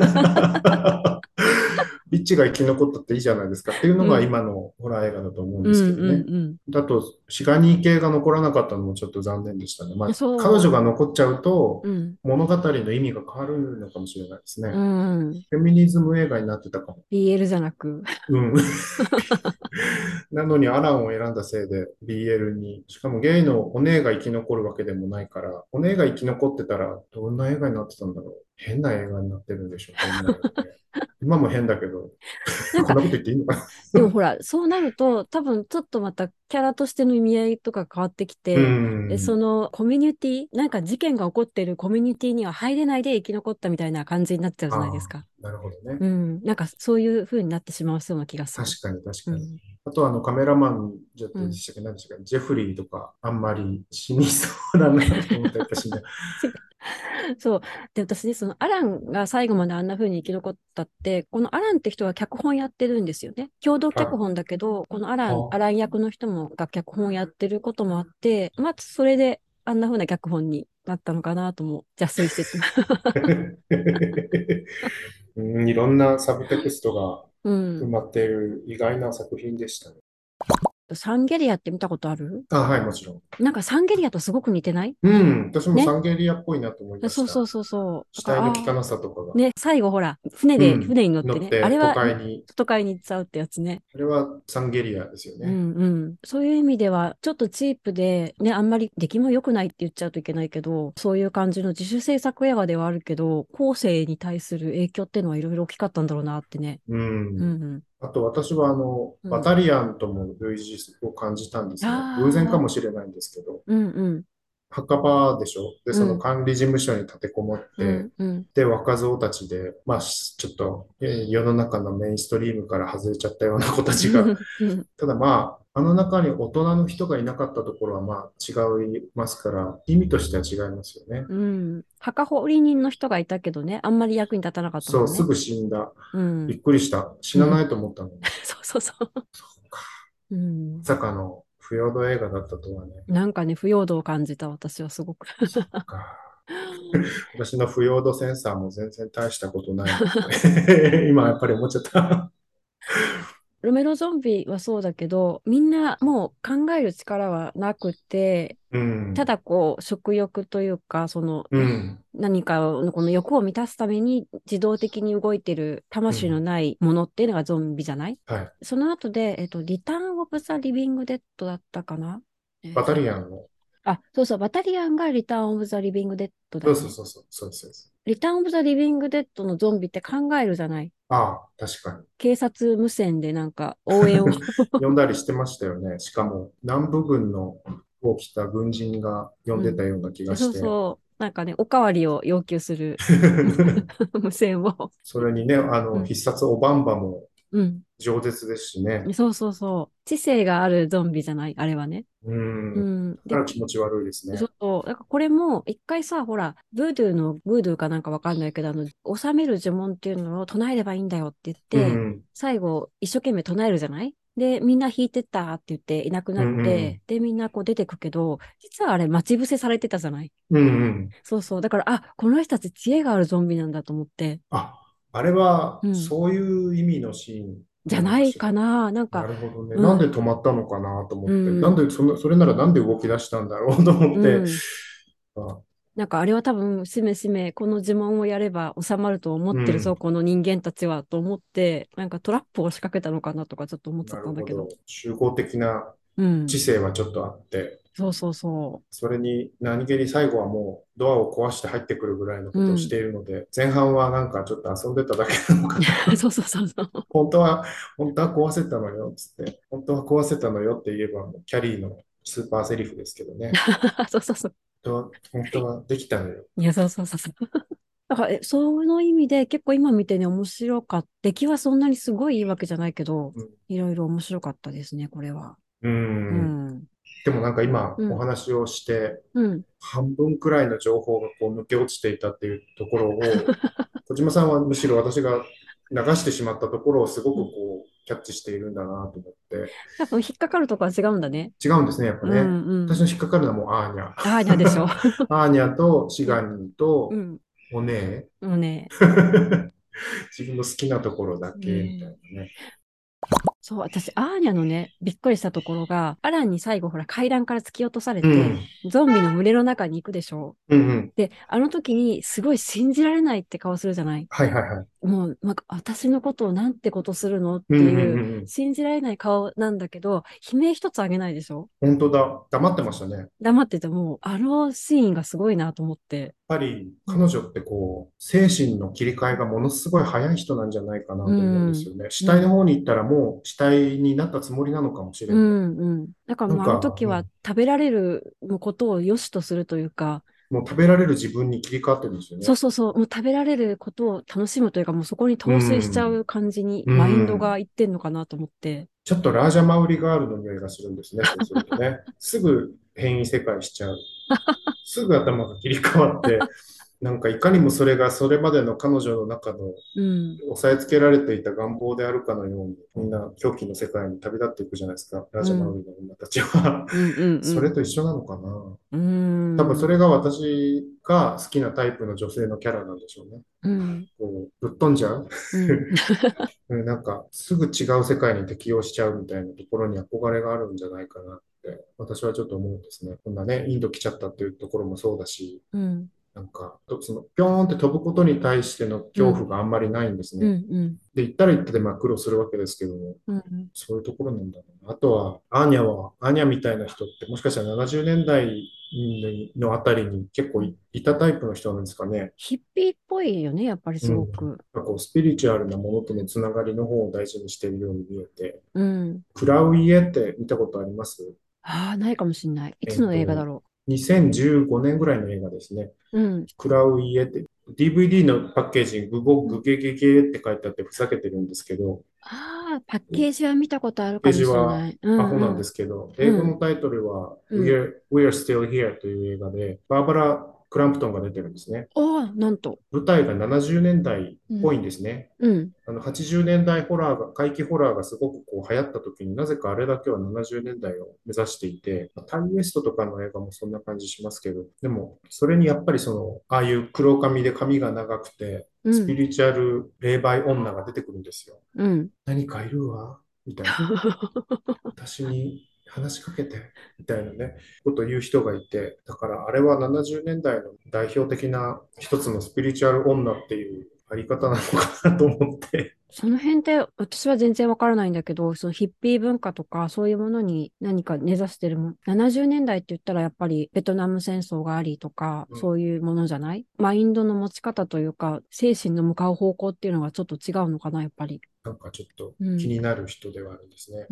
ビッチが生き残ったっていいじゃないですかっていうのがうん、 今のホラー映画だと思うんですけうん、 どね。 うん、 だと、シガニー系が残らなかったのもちょっと残念でしたね。まうん。 あ、彼女そが残っちゃうと、 う。うん、 物語の意味が変わるのかもしれないですうね。 ん。 フェミニズム映画になってたかも。 BL じゃなく。 うん。なのにアランを選んだせいで BL に、しかもゲイのお姉が生き残るわけでもないから、お姉が生き残ってたらどんな映画になってたんだろう。変な映画になってるんでしょう。変な映画で。今も変だけど、 なんか、 こんなこと言っていいのかな。 でもほら、そうなると、多分ちょっとまたキャラとしての意味合いとか変わってきうて、そん。 のコミュニティ、なんか事件が起こっているコミュニティには入れないで生き残ったみたいな感じになっちゃうじゃないですああ、 か。 なるほどね。 うん。なんかそういう風になってしまうそうな気がする。 確かに確かに。 うん。 あとカメラマンじゃっうん。 てでしたっけ、何でしたっけ、ジェフリーとかあんまり死にそうだなと思ったらやっぱ死んだ。 そう。で、私ね、そのアランが最後まであんな風に生き残ったって、このアランって人が脚本やってるんですよね。共同脚は本だけど、このアはラン役の人もが脚本やってることもあって、まあ、それであんな風な脚本になったのかなとも邪推してた。 うん、いろんなサブテクストがうん。 埋まっている意外な作品でしたね。 サンゲリアって見たことある？ あ、はい、もちろん。 なんかサンゲリアとすごく似てない？ うん、私もね。 サンゲリアっぽいなと思いました。 そうそうそうそう。だ死から、 体の汚さとかが。 ね、最後ほら、 うん、 船に乗ってね、あ乗って都れは会に、 都会に行っちゃうってやつね。 あれはサンゲリアですよね。 うんうん。そういう意味では、ちょっとチープで、ね、あんまり出来も良くないって言っちゃうといけないけど、そういう感じの自主制作映画ではあるけど、後世に対する影響っていうのはいろいろ大きかったんだろうなってね。 うん。 うんうん。 あと私はバうん。 タリアンとも類似を感じたんですね。偶然かああ、 もしれないんですけど、 うんうん。 墓場でしょ。で、そのうん、 管理事務所に立てこもって、 うん、うん。 で、若造たちで、まあ、ちょっと、世の中のメインストリームから外れちゃったような子たちが、 うん、 ただまあ、あの中に大人の人がいなかったところはまあ違いますから、意味としては違いますよね。 うん。墓掘り人の人がいたけどね、あんまり役に立たなかったもそう、 んね。 すぐ死んだ。 うん。 びっくりした。死うん。 なないと思ったのに。 そうそうそう。うん。 まさかの不要の映画だったとはね。 なんかね、腐葉土を感じた、私はすごく。 そっか。私の不要度センサーも全然大したことないなって今やっぱり思っちゃった。 ロメロゾンビはそうだけど、みんなもう考える力はなくて、 うん。 ただこう、食欲というか、 うん。 何かのこの欲を満たすために自動的に動いてる魂のうん。 ないものっていうのがゾンビじゃない？ はい。 その後で、リターン・オブ・ザ・リビング・デッドだったかな。 バタちょっと、 リアンの。 あ、そうそう、バタリアンがリターン・オブ・ザ・リビング・デッドだそうよね。 そうそうそう。そうです。そうです。 リターン・オブ・ザ・リビング・デッドのゾンビって考えるじゃない？ ああ、確かに。 警察無線でなんか応援を。 呼んだりしてましたよね。しかも、南部軍のを着た軍人が呼んでたうん。 ような気がそうして。 そう。なんかね、おかわりを要求する無線を。 それにね、 うん。 必殺おばんばもうん。 饒舌ですしね。 そうそうそう。知性があるゾンビじゃない、あれはね。 うん。だうん。で、 から気持ち悪いですね。 そうそう。だからこれも、一回さ、ほら、ブードゥーかなんかわかんないけど、収める呪文っていうのを唱えればいいんだよって言って、 うん。 最後、一生懸命唱えるじゃない？で、みんな引いてったって言っていなくなっうんうんて、で、みんなこう出てくけど、実はあれ待ち伏せされてたじゃない？ うん。うんうん。 そうそう。だから、あ、この人たち知恵があるゾンビなんだと思って。 あ、あれはうん。 そういう意味のシーンじゃないなのかしら。 かな。なんか、 なるほどね。なんでうん。 止まったのかなと思うって。なんん。 で、それならなんで動き出したんだろうと思うって。 ん。 あ、 なんかあれは多分、しめしめ、この呪文をやれば収まると思ってるぞ、 うん。 この人間たちは、と思って、なんかトラップを仕掛けたのかなとかちょっと思っちゃなるほど。 ったんだけど。 集合的なうん。 知性はちょっとあって、 そうそうそそれに何気に最後はもうドアを壊して入ってくるぐらいのう。 ことをしうん。 ているので、前半はなんかちょっと遊んでただけなのかな。 そうそうそうそう。 本当は、本当は壊せたのよ、つって。本当は壊せたのよって言えば、キャリーのスーパーセリフですけどね。 そうそうそう。 本当はできたのよ。 いや、そうそうそうそう。だから、その意味で結構今見てね、面白かった。出来はそんなにすごいいいわけじゃないけど、 うん。 いろいろ面白かったですね、これは。 ううん。 ん。 でもなんか今おうん。 話をして、 うん。 半分くらいの情報がこう抜け落ちていたっていうところを、小島さんはむしろ私が流してしまったところをすごくうん。 こうキャッチしているんだなと思って。 多分引っかかるとこは違うんだね。 違うんですね、やっぱうね。 んうん。 私の引っかかるのはもうアーニャ。 あーにゃでしょ。 アーニャとシうん。 ガニーとうん。 お姉。 もうね。 自分の好きなところだけみたいね。 なね。 そう、私、アーニャのね、びっくりしたところが、アランに最後、ほら、階段から突き落とされて、 うん。 ゾンビの群れの中に行くでしょ。 うんうん。 で、あの時に、すごい信じられないって顔するじゃない？ はいはいはい。 もう、なんか、私のことをなんてことするのっうんうんうていう、 んうん。 信じられない顔なんだけど、悲鳴一つあげないでしょ。 本当だ。黙ってましたね。やっ黙ってても、あのシーンがすごいなと思って。 ぱりうん。 彼女ってこう、精神の切り替えがものすごい早い人なんじゃないかなうと思うんですん。 よね。死うん。 体の方に行ったらもう死体になったつもりなのかもしれない。 うん。うん。だからもうあのなんか、 時は食べられることを良しとするというか、 もう食べられる自分に切り替わってるんですよね。 そうそうそう、もう食べられることを楽しむというか、もうそこにう陶酔しちゃん。 う感じにうマインドん。 がいってんのかなと思って。 ちょっとラージャマウリガールの匂いがするんですね。そうするとね。すぐ変異世界しちゃう。すぐ頭が切り替わって、なんかいかにもそれがそれまでの彼女の中のうん。 押さえつけられていた願望であるかのように、みんな狂気の世界に旅立っていくじゃないですか。ラうん。 ジャマウリの女たちは。 うん。うん。うそれん。 と一緒なのかな。 うーん。 多分それが私が好きなタイプの女性のキャラなんでしょうね。 うん。 こうぶっ飛んじゃう。 うん。 なんかすぐ違う世界に適応しちゃうみたいなところに憧れがあるんじゃないかなって私はちょっと思うんですね。こんなね、インド来ちゃったっていうところもそうだし、 うん。 なんか、その、ぴょーんって飛ぶことに対してのうん。 恐怖があんまりないんですね。 うん。うん。 で、行ったら行ってでまあ苦労するわけですけども、 うん。 そういうところなんだろうな。あとは、アーニャみたいな人って、もしかしたら70年代のあたりに結構いたタイプの人なんですかね。 ヒッピーっぽいよね、やっぱりうん。 すごく。 なんかこう、スピリチュアルなものとのつながりの方を大事にしているように見えて、 うん。 クラウイエって見たことあります？ ああ、ないかもしんない。いつの映画だえっと、 ろ 2015年ぐらいの映画ですね。 うん。 食らう家って、DVD のパッケージにグゲゲゲって書いてあってふざけてるんですけど、 ああ、パッケージは見たことあるペーかもジはしれない。うアホなんでんうん。 すけど、英うん。 語のタイトルはうん。 We're Still Here という映画で、バーバラ・クランプトンが出てるんですね。 ああ、なんと。 舞台が70年代っうん。 ぽいんですね。 うん。 80年代ホラーが、怪奇ホラーがすごくこう流行った時になぜかあれだけは70年代を目指していて、タイウエストとかの映画もそんな感じしますけど、でもそれにやっぱりああいう黒髪で髪が長くて、 うん。 スピリチュアル霊媒女が出てくるんですよ。 うん。 何かいるわみたいな。私に話しかけて、みたいなね、ことを言う人がいて、だからあれは70年代の代表的な一つのスピリチュアル女っていうあり方なのかなと思って。 その辺って私は全然わからないんだけど、そのヒッピー文化とかそういうものに何か根ざしてるもん。70年代って言ったらやっぱりベトナム戦争がありとか、 うん、 そういうものじゃない？マインドの持ち方というか、精神の向かう方向っていうのがちょっと違うのかな、やっぱり。 なんかちょっとうん。 気になる人ではあるんですね。 うん。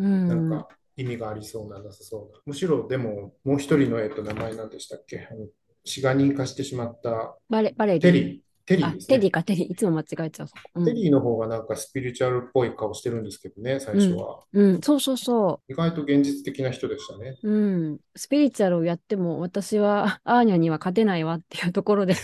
なんか意味がありそうな、なさそうな。むしろでも、もう一人の、名前なんでしたっけ、死が人化してしまったバレリー。 テリー、テリーあ、 ですね。 テディかテディ。いつも間違えちゃう。そこ。うん。 テリーの方がなんかスピリチュアルっぽい顔してるんですけどね、最うん。 初は。 うん。そうそうそ意外と現実的な人でしたね。 う。うん。スピリチュアルをやっても私はアーニャには勝てないわっていうところで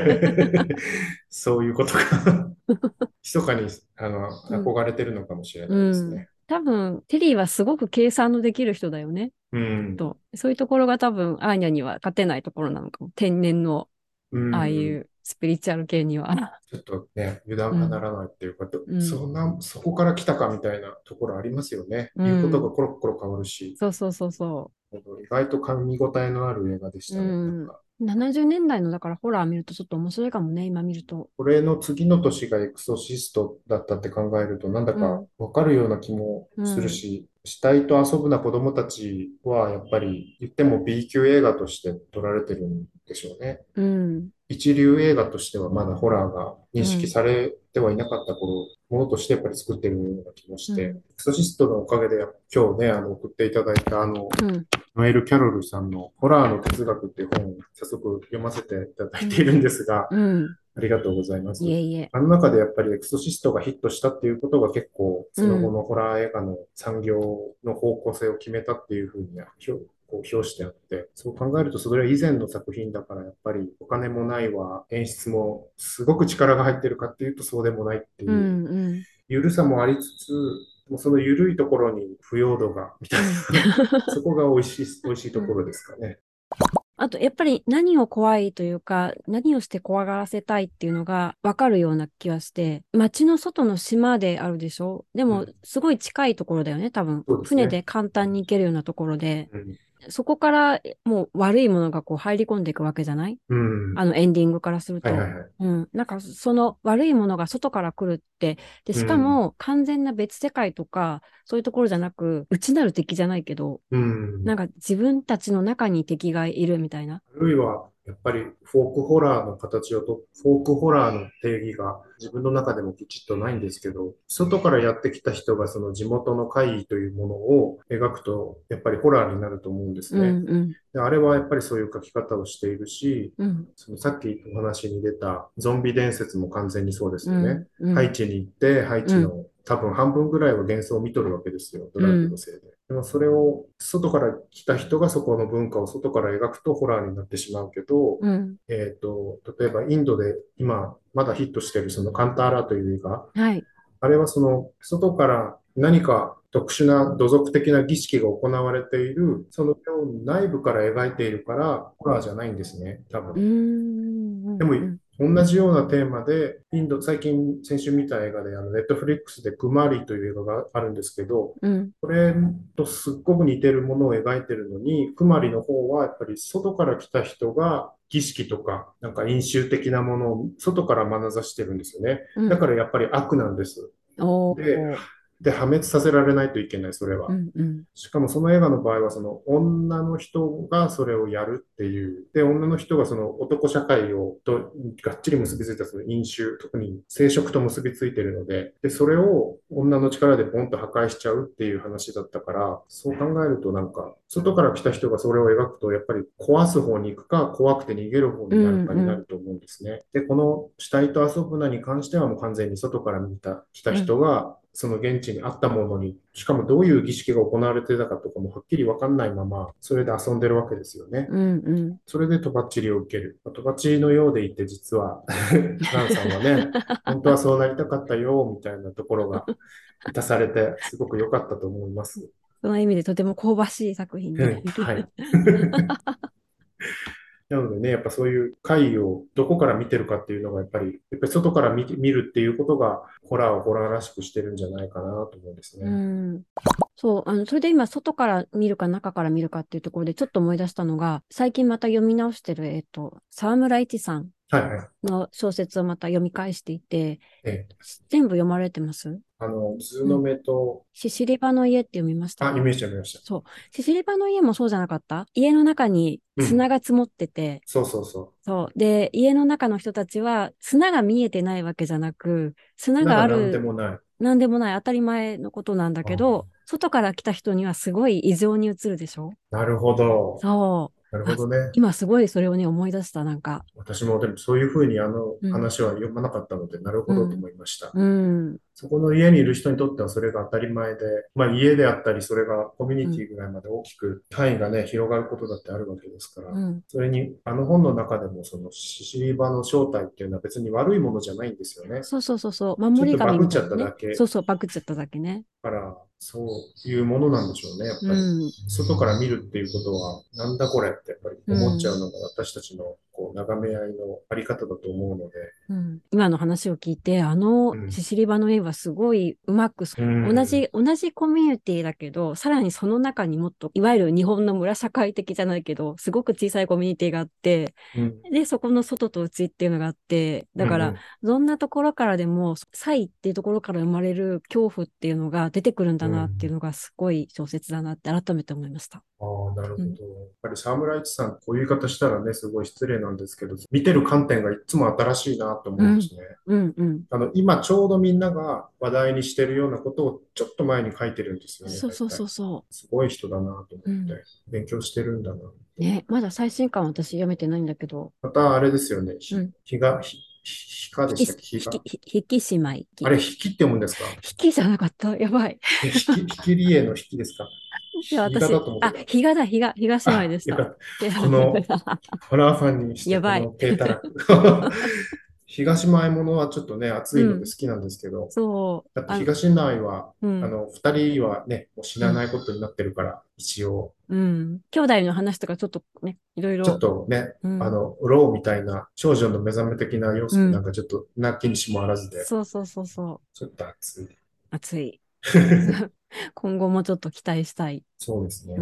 そういうことか。密かにうん。 憧れてるのかもしれうないですん。 ね。 多分、テリーはすごく計算のできる人だよね。 うん。 そういうところが多分、アーニャには勝てないところなのかも。天然の、 うああいん。 うスピリチュアル系には。 ちょっとね、油断うん。 がならないっていうか、 うん。 そこから来たかみたいなところありますよね。 う言うことがん。 コロッコロ変わるし、 そうそうそうそ意外と噛み応えのある映画でしう。 たね。なんうん。 か、 70年代のだからホラー見るとちょっと面白いかもね、今見ると。 これの次の年がエクソシストだったって考えると、なんだかうん。 わかるような気もするうん。 し、死体と遊ぶな子供たちはやっぱり言っても B 級映画として撮られてるんでしょうね。 うん。 一流映画としてはまだホラーが認識うん。 されてはいなかった頃、ものとしてやっぱり作ってるような気もして、エうん。 クソシストのおかげで今日ね、送っていただいたうん。 ノエル・キャロルさんのホラーの哲学っていう本を早速読ませていただうん。 いているんですが、 うん。 ありがとうございます。 いえいえ。 あの中でやっぱりエクソシストがヒットしたっていうことが結構うん。 その後のホラー映画の産業の方向性を決めたっていうふうにこう表してあって、そう考えるとそれは以前の作品だからやっぱりお金もないわ、演出もすごく力が入ってるかっていうとそうでもないっていう、 うん。うん。 緩さもありつつ、もうその緩いところに不要度が、みたいうん。 な、そこが美味しいところですかね。 あと、やっぱり何を怖いというか、何をして怖がらせたいっていうのが分かるような気がして、街の外の島であるでしょ？でも、 うん、 すごい近いところだよね、多分。 そうですね。 船で簡単に行けるようなところで、 うん、 そこからもう悪いものがこう入り込んでいくわけじゃない？ うん、 あのエンディングからすると。 はいはいはい。 うん。なんかその悪いものが外から来るって、で、しかうん、 も完全な別世界とか、そういうところじゃなく、内なる敵じゃないけど、 うん。 なんか自分たちの中に敵がいるみたいな。 あるいは、やっぱりフォークホラーの定義が自分の中でもきちっとないんですけど、外からやってきた人がその地元の怪異というものを描くと、やっぱりホラーになると思うんですね。 うん、うん、 で、あれはやっぱりそういう書き方をしているし、 うん、 そのさっきお話に出たゾンビ伝説も完全にそうですよね。 うん、うん、 ハイチに行って、ハイチうん、 の多分半分ぐらいは幻想を見とるわけですよ。ドラッグのうん、 せいで。でもそれを外から来た人がそこの文化を外から描くとホラーになってしまうけど、 うん。 例えばインドで今まだヒットしているそのカンターラという映画、 はい。 あれはその外から何か特殊な土俗的な儀式が行われている、その内部から描いているからホラーじゃないんですね、多うー分。 ん、うん、 でも、 うん、 同じようなテーマで、先週見た映画で、ネットフリックスでクマーリーという映画があるんですけど、 うん、 これとすっごく似てるものを描いてるのに、クマリの方はやっぱり外から来た人が儀式とか、なんか飲酒的なものを外から眼差してるんですよね。 うん。 だからやっぱり悪なんです。 おで、 ー。 で、破滅させられないといけない、それは。 うんうん。 しかもその映画の場合は、その女の人がそれをやるっていう。で、女の人がその男社会とがっちり結びついたその飲酒、特に生殖と結びついてるので、で、それを女の力でポンと破壊しちゃうっていう話だったから、そう考えるとなんか、外から来た人がそれを描くと、やっぱり壊す方に行くか、怖くて逃げる方うになるかにんうん。 なると思うんですね。で、この死体と遊ぶなに関してはもう完全に外から来たうん。 人が、その現地にあったものに、しかもどういう儀式が行われてたかとかもはっきりわかんないまま、それで遊んでるわけですよね。 うんうん。 それでとばっちりを受ける。とばっちりのようでいて、実はランさんはね、本当はそうなりたかったよ、みたいなところが満たされて、すごく良かったと思います。 その意味でとても香ばしい作品で。 うん、はい。なのでね、やっぱそういう回をどこから見てるかっていうのが、やっぱり外から見るっていうことが、ホラーをホラーらしくしてるんじゃないかなと思うんですうね。 ん。そう、それで今、外から見るか中から見るかっていうところで、ちょっと思い出したのが、最近また読み直してる、沢村一さんはいはい。 の小説をまた読み返していて、 ええ、 全部読まれてます？ 図のうん。 目と、 シシリバの家って読みましたあ、イか？ メージありました。 そう。シシリバの家もそうじゃなかった？家の中にうん。 砂が積もってて、 そうそうそそう。で、家の中の人たちは砂が見えてないわけじゃなく、 う。 砂なんか何でがある、 もない。 なんでもない当たり前のことなんだけど、 あ、 外から来た人にはすごい異常に映るでしょ？ なるほど。 そう。 なるほどね。 今すごいそれをね、思い出した、なんか。 私もでもそういうふうにうん、 話は読まなかったので、なるほどとうん、 思いました。 うん、 そこの家にいる人にとってはそれが当たり前で、まあ家であったり、それがコミュうん、 ニティぐらいまで大きく範囲がね、広がることだってあるわけですから、 うん。 それに、あの本の中でもそのシシリ場の正体っていうのは別に悪いものじゃないんですよね。 そうそうそうそう。 ちょっ守り神とバグっちゃみたいなね。 っただけそうそう、パクっちゃっただけね。 から、そういうものなんでしょうね、やっうぱり。 ん、 外から見るっていうことは、なんだこれってやっぱりうん。 思っちゃうのが私たちのこう眺め合いのあり方だと思うので、 うん、今の話を聞いて、 うん。 シシリバの絵はすごいうまく、 うん。 同じコミュニティだけど、さらにその中にもっと、いわゆる日本の村社会的じゃないけど、すごく小さいコミュニティがあって、 うん。 で、そこの外と内っていうのがあって、だから、 うん。 どんなところからでも、差異っていうところから生まれる恐怖っていうのが出てくるんだうん。うなっていうん。 のがすごい小説だなって改めて思いました。 ああ、なるうん。 ほど。やっぱり沢村一さん、こういう言い方したらね、すごい失礼なんですけど、見てる観点がいつも新しいなとうん。 思うんですね。 うん。うん。 今ちょうどみんなが話題にしてるようなことをちょっと前に書いてるんですよね、 そうそうそ大体。 うそすごい人だなと思う。うん。 って、勉強してるんだなって。 ね、まだ最新刊私読めてないんだけど、 またあれですよね、 うん。 ひかでしたっけ、ひが。 引き締まい。 あれ、引きって読むんですか？ 引きじゃなかった。やばい。 引きりえの引きですか？ いや、 ひがだ私、あ、 と思ってた。 比嘉姉妹あ、 でした。 よかった。この、ホラーファンにしてやばい。 この低たらく。東前物はちょっとね、熱いので好うん。 きなんですけど、 そう。 だって東内は、 うん。 二人はね、もう死うん。 なないことになってるから、一応、 うん。兄弟の話とかちょっとね、いろいちょっろ。 とね、 うん。 ローみたいな少女の目覚め的な要素もなんうん。 かちょっとなきにしもあらずで、 そうそうそうそう。 ちょっと熱い。 熱い。今後もちょっと期待したい。 そうですね。 うん。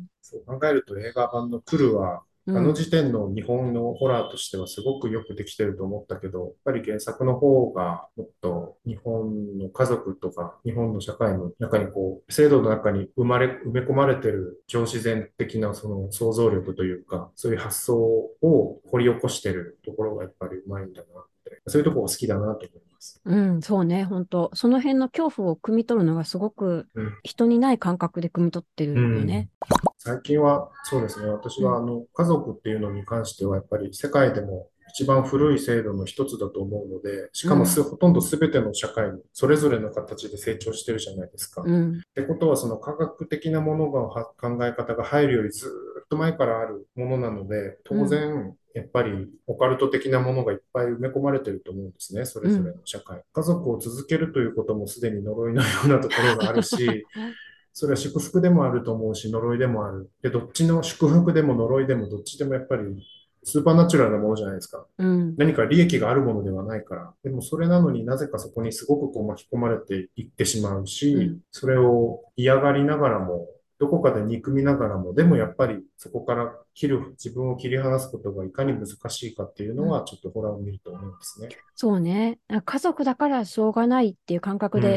そう考えると映画版のクルは、あのうん。 時点の日本のホラーとしてはすごくよくできてると思ったけど、やっぱり原作の方がもっと日本の家族とか日本の社会の中にこう、制度の中に埋め込まれてる超自然的なその想像力というか、そういう発想を掘り起こしてるところがやっぱりうまいんだなって、そういうところが好きだなと思います。 うん、そうね、本当その辺の恐怖を汲み取るのがすごくうん。 人にない感覚で汲み取ってうるよね。 ん。最近は、そうですね。私うん、 は、家族っていうのに関しては、やっぱり世界でも一番古い制度の一つだと思うので、しうん、 かもほとんど全ての社会にそれぞれの形で成長してるじゃないですか。 うん、 ってことは、その科学的なものが考え方が入るよりずっと前からあるものなので、当うん、 然、やっぱりオカルト的なものがいっぱい埋め込まれてると思うんですね。それぞれうん。 の社会。家族を続けるということもすでに呪いのようなところがあるし、それは祝福でもあると思うし、呪いでもある。で、どっちの祝福でも呪いでもどっちでもやっぱりスーパーナチュラルなものじゃないですか。 うん、 何か利益があるものではないから。でもそれなのになぜかそこにすごくこう巻き込まれていってしまうし、 うん、 それを嫌がりながらも、どこかで憎みながらも、でもやっぱりそこから自分を切り離すことがいかに難しいかっていうのは、 うん。 ちょっとホラーを見ると思うんですね。 そうね。家族だからしょうがないっていう感覚でうん。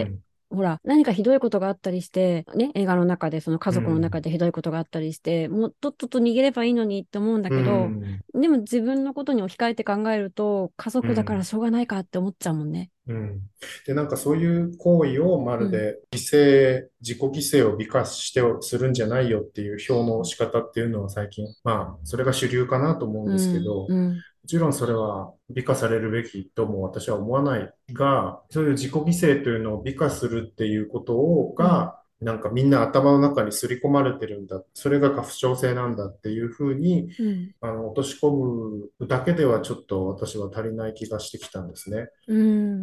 ほら、何かひどいことがあったりして、ね、映画の中で、その家う族の中ん。 でひどいことがあったりして、もうとっとと逃げればいいのにって思うんだうけど、 ん。 でも自分のことに置き換えて考えると、家族だからうん。 しょうがないかって思っちゃうもんね。 うん。で、なんかそういう行為をまうん、 るで自己犠牲を美化してするんじゃないよっていう表の仕方っていうのは最近、まあ、それが主流かなと思うんですけうん、 ど、もうん、 ちろんそれは美化されるべきとも私は思わないが、そういう自己犠牲というのを美化するっていうことうん、 なんかみんな頭の中に刷り込まれてるんだ。それが過不調性なんだっていうふうに、 うん、 落とし込むだけではちょっと私は足りない気がしてきたんですね。 うん、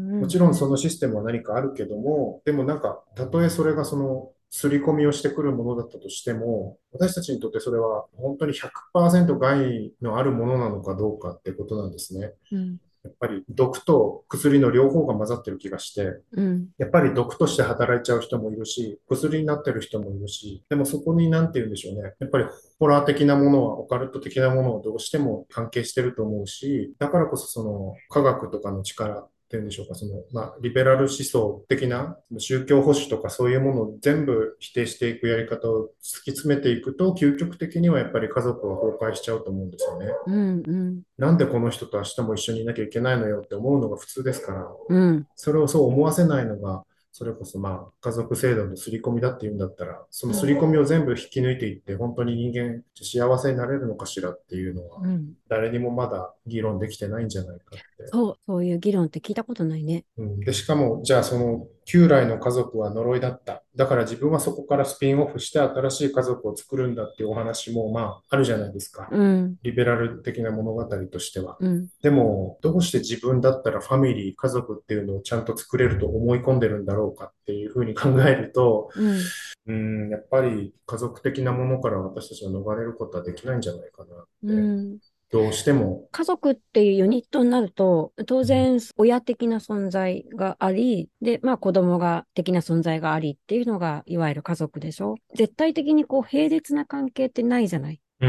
うん、 もちろんそのシステムは何かあるけども、でもなんか、たとえそれがその、刷り込みをしてくるものだったとしても、私たちにとってそれは本当に100%害のあるものなのかどうかってことなんですね。 うん、 やっぱり毒と薬の両方が混ざってる気がして、 うん、 やっぱり毒として働いちゃう人もいるし、薬になってる人もいるし、でもそこになんて言うんでしょうね。やっぱりホラー的なものは、オカルト的なものはどうしても関係してると思うし、だからこそその科学とかの力っていうんでしょうか、その、まあ、リベラル思想的な宗教保守とかそういうものを全部否定していくやり方を突き詰めていくと、究極的にはやっぱり家族は崩壊しちゃうと思うんですよね。 うん、うん、 なんでこの人と明日も一緒にいなきゃいけないのよって思うのが普通ですから、 うん、 それをそう思わせないのが、それこそまあ家族制度の刷り込みだっていうんだったら、その刷り込みを全部引き抜いていって、本当に人間幸せになれるのかしらっていうのは、 うん。 誰にもまだ議論できてないんじゃないかって。 そう、そういう議論って聞いたことないね。 うん、で、しかも、じゃあその旧来の家族は呪いだった。だから自分はそこからスピンオフして新しい家族を作るんだっていうお話もまああるじゃないですか。 うん、 リベラル的な物語としては。 うん、 でも、どうして自分だったらファミリー、家族っていうのをちゃんと作れると思い込んでるんだろうかっていうふうに考えると、 うん、 やっぱり家族的なものから私たちは逃れることはできないんじゃないかなっうて、 ん。 どうしても、 家族っていうユニットになると、当うん、 然親的な存在があり、で、まあ子供が的な存在がありっていうのが、いわゆる家族でしょ。絶対的にこう並列な関係ってないじゃない。 うん、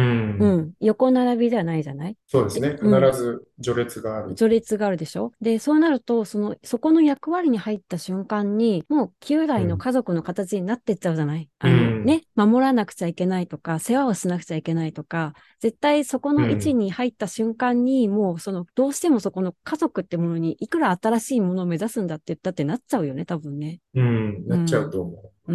うん。横並びではないじゃない。で、 そうですね。必うん。 ず序列がある。 序列があるでしょ。で、そうなると、そこの役割に入った瞬間に、もう旧来のうん、 家族の形になってっちゃうじゃない。 うん、 守らなくちゃいけないとか、世話をしなくちゃいけないとか、絶対そこの位置うん、 に入った瞬間に、もうどうしてもそこの家族ってものに、いくら新しいものを目指すんだって言ったってなっちゃうよね、多分ね。 うん、なっちゃううん。 と思う。 うん。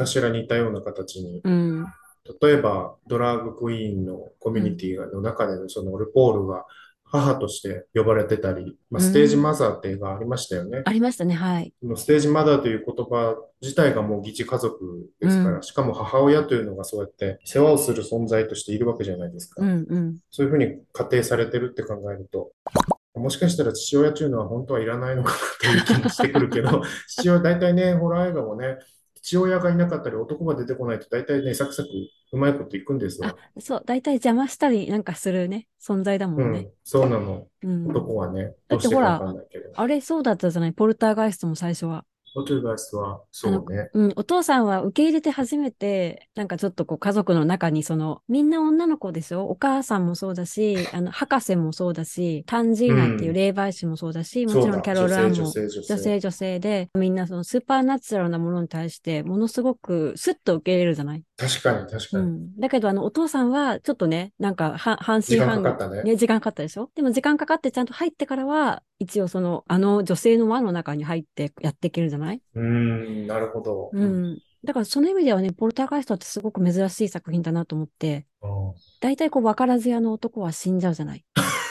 何かしら似たような形に。 うん。 例えば、ドラァグクイーンのコミュニうん。 ティの中でのそのルポールが母として呼ばれてたり、まあ、ステージうん。 マザーっていうのがありましたよね。 ありましたね、はい。 もうステージマザーという言葉自体がもう疑似家族ですから、 うん。 しかも母親というのがそうやって世話をする存在としているわけじゃないですか。 うん。うん。 そういうふうに仮定されてるって考えると、もしかしたら父親というのは本当はいらないのかなという気もしてくるけど、父親、大体ね、ホラー映画もね、父親がいなかったり男が出てこないと大体ね、サクサクうまいこといくんですあ、 わ。 そう、大体邪魔したりなんかするね、存在だもんね。 うん、そうなの。 うん。 男はね、 だどうしてかわってほら、 かんないけど。 あれそうだったじゃない、ポルターガイストも最初は。 ホテルガイストは、そうね。 お父さんは受け入れて初めて、なんかちょっとこう家族の中にみんな女の子でしょ。お母さんもそうだし、博士もそうだし、タンジーナっていううん、 霊媒師もそうだし、もちそうだ。 ろんキャロ女性、 ル・アンも女性、女性。 女性女性で、みんなそのスーパーナチュラルなものに対して、ものすごくスッと受け入れるじゃない。 確かに、確かに。 うん。だけど、お父さんは、ちょっとね、なんか、半時間か信半疑、 かったね。 ね、時間かかったでしょ。でも、時間かかってちゃんと入ってからは、一応女性の輪の中に入ってやっていけるじゃない。 なるほど。 うん。だから、その意味ではね、ポルターガイストってすごく珍しい作品だなと思って、大体こう、分からず屋の男は死んじゃうじゃない。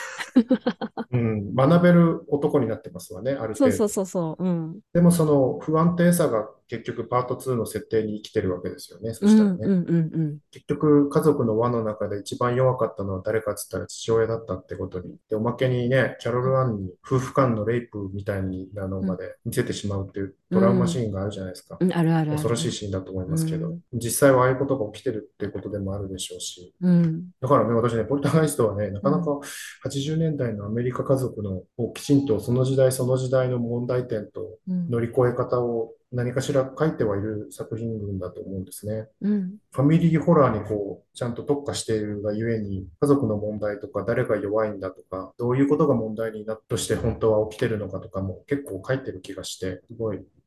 学べる男になってますわね、あるそうそう程度。 そうそう。うん。 でもその不安定さが結局パート2の設定に生きてるわけですよね。そうん、 したらね。 うん、うん、うん。 結局家族の輪の中で一番弱かったのは誰かっつったら父親だったってことに。で、おまけにね、キャロル・アンに夫婦間のレイプみたいなのうん、 まで見せてしまうっていううトラウマシん、 ーンがあるじゃないですか。 うん、あるあるあ恐ろしいる。 シーンだと思いますけど、 うん、 実際はああいうことが起きてるっていうことでもあるでしょうし。 うん、 だからね、私ね、ポルターガイストはね、なかなかうん、 80年代のアメリカ家族のをきちんとその時代その時代の問題点とうん、 乗り越え方を何かしら書いてはいる作品群だと思うんですね。 うん、 ファミリーホラーにこう、ちゃんと特化しているがゆえに、家族の問題とか、誰が弱いんだとか、どういうことが問題になっとして本当は起きてるのかとかも結構書いてる気がして、すごい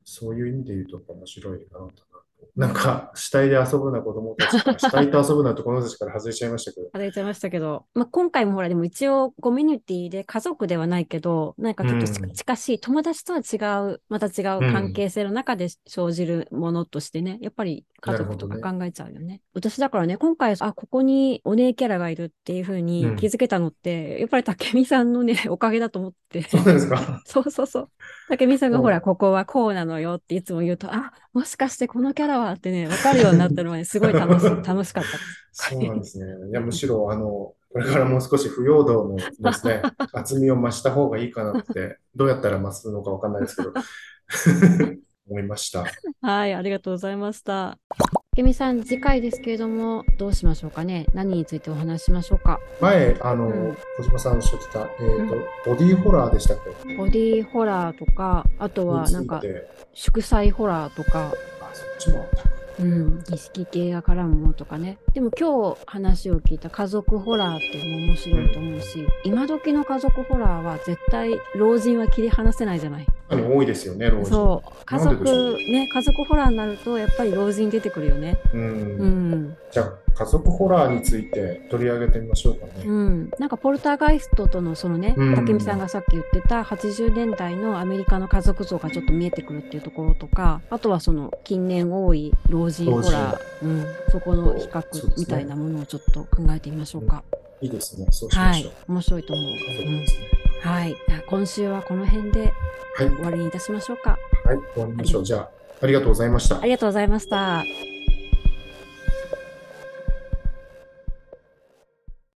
そういう意味で言うとやっぱ面白い映画なんだなと。なんか、死体で遊ぶな子供たちから、死体と遊ぶなって子供たちから外れちゃいましたけど。 働いちゃいましたけど、まあ、今回もほら、でも一応コミュニティで家族ではないけど、なんかちょっとうん近しい、友達とは違う、また違う関係性の中で生じるものとしてね、やっぱり家族となるほか考えちゃうよね。私だからね、今回、ここにお姉キャラがいるっていう風に気づけたのって、やっぱり武美さんのね、おかげだと思って。 そうなんですか。 そうそうそう。武美さんがほら、 もここはこうなのよっていつも言うと、もしかしてこのキャラはってね、わかるようになったのはね、すごい楽しかったです。 そうなんですね。いや、むしろ、これからもう少し不要度のですね、厚みを増した方がいいかなって、どうやったら増すのかわかんないですけど、思いました。 はい、ありがとうございました。けみさん、次回ですけれども、どうしましょうかね。何についてお話ししましょうか。 前、 ん小島さんおっしゃってた、ボディーホラーでしたっけボディーホラーとか、あとにはなんか、 ついて、 祝祭ホラーとか、 そっちもあったか。 儀式系が絡むものとかね。でも今日話を聞いた家族ホラーっていうのも面白いと思うし、今時の家族ホラーは絶対老人は切り離せないじゃない。 多いですよね、老人。 そう。 なんででしょう家族ホラーになるとやっぱり老人出てくるよね。 じゃあ、家族ホラーについて取り上げてみましょうかね。 なんかポルターガイストとのそのね、武美さんがさっき言ってた80年代のアメリカの家族像がちょっと見えてくるっていうところとか、あとはその近年多い老人ホラー、そこの比較みたいなものをちょっと考えてみましょうか。 いいですね。そうしましょう。 面白いと思う。 ですね。 はい。今週はこの辺で終わりにいたしましょうか。 はい、終わりましょう。じゃあ、ありがとうございました。 ありがとうございました。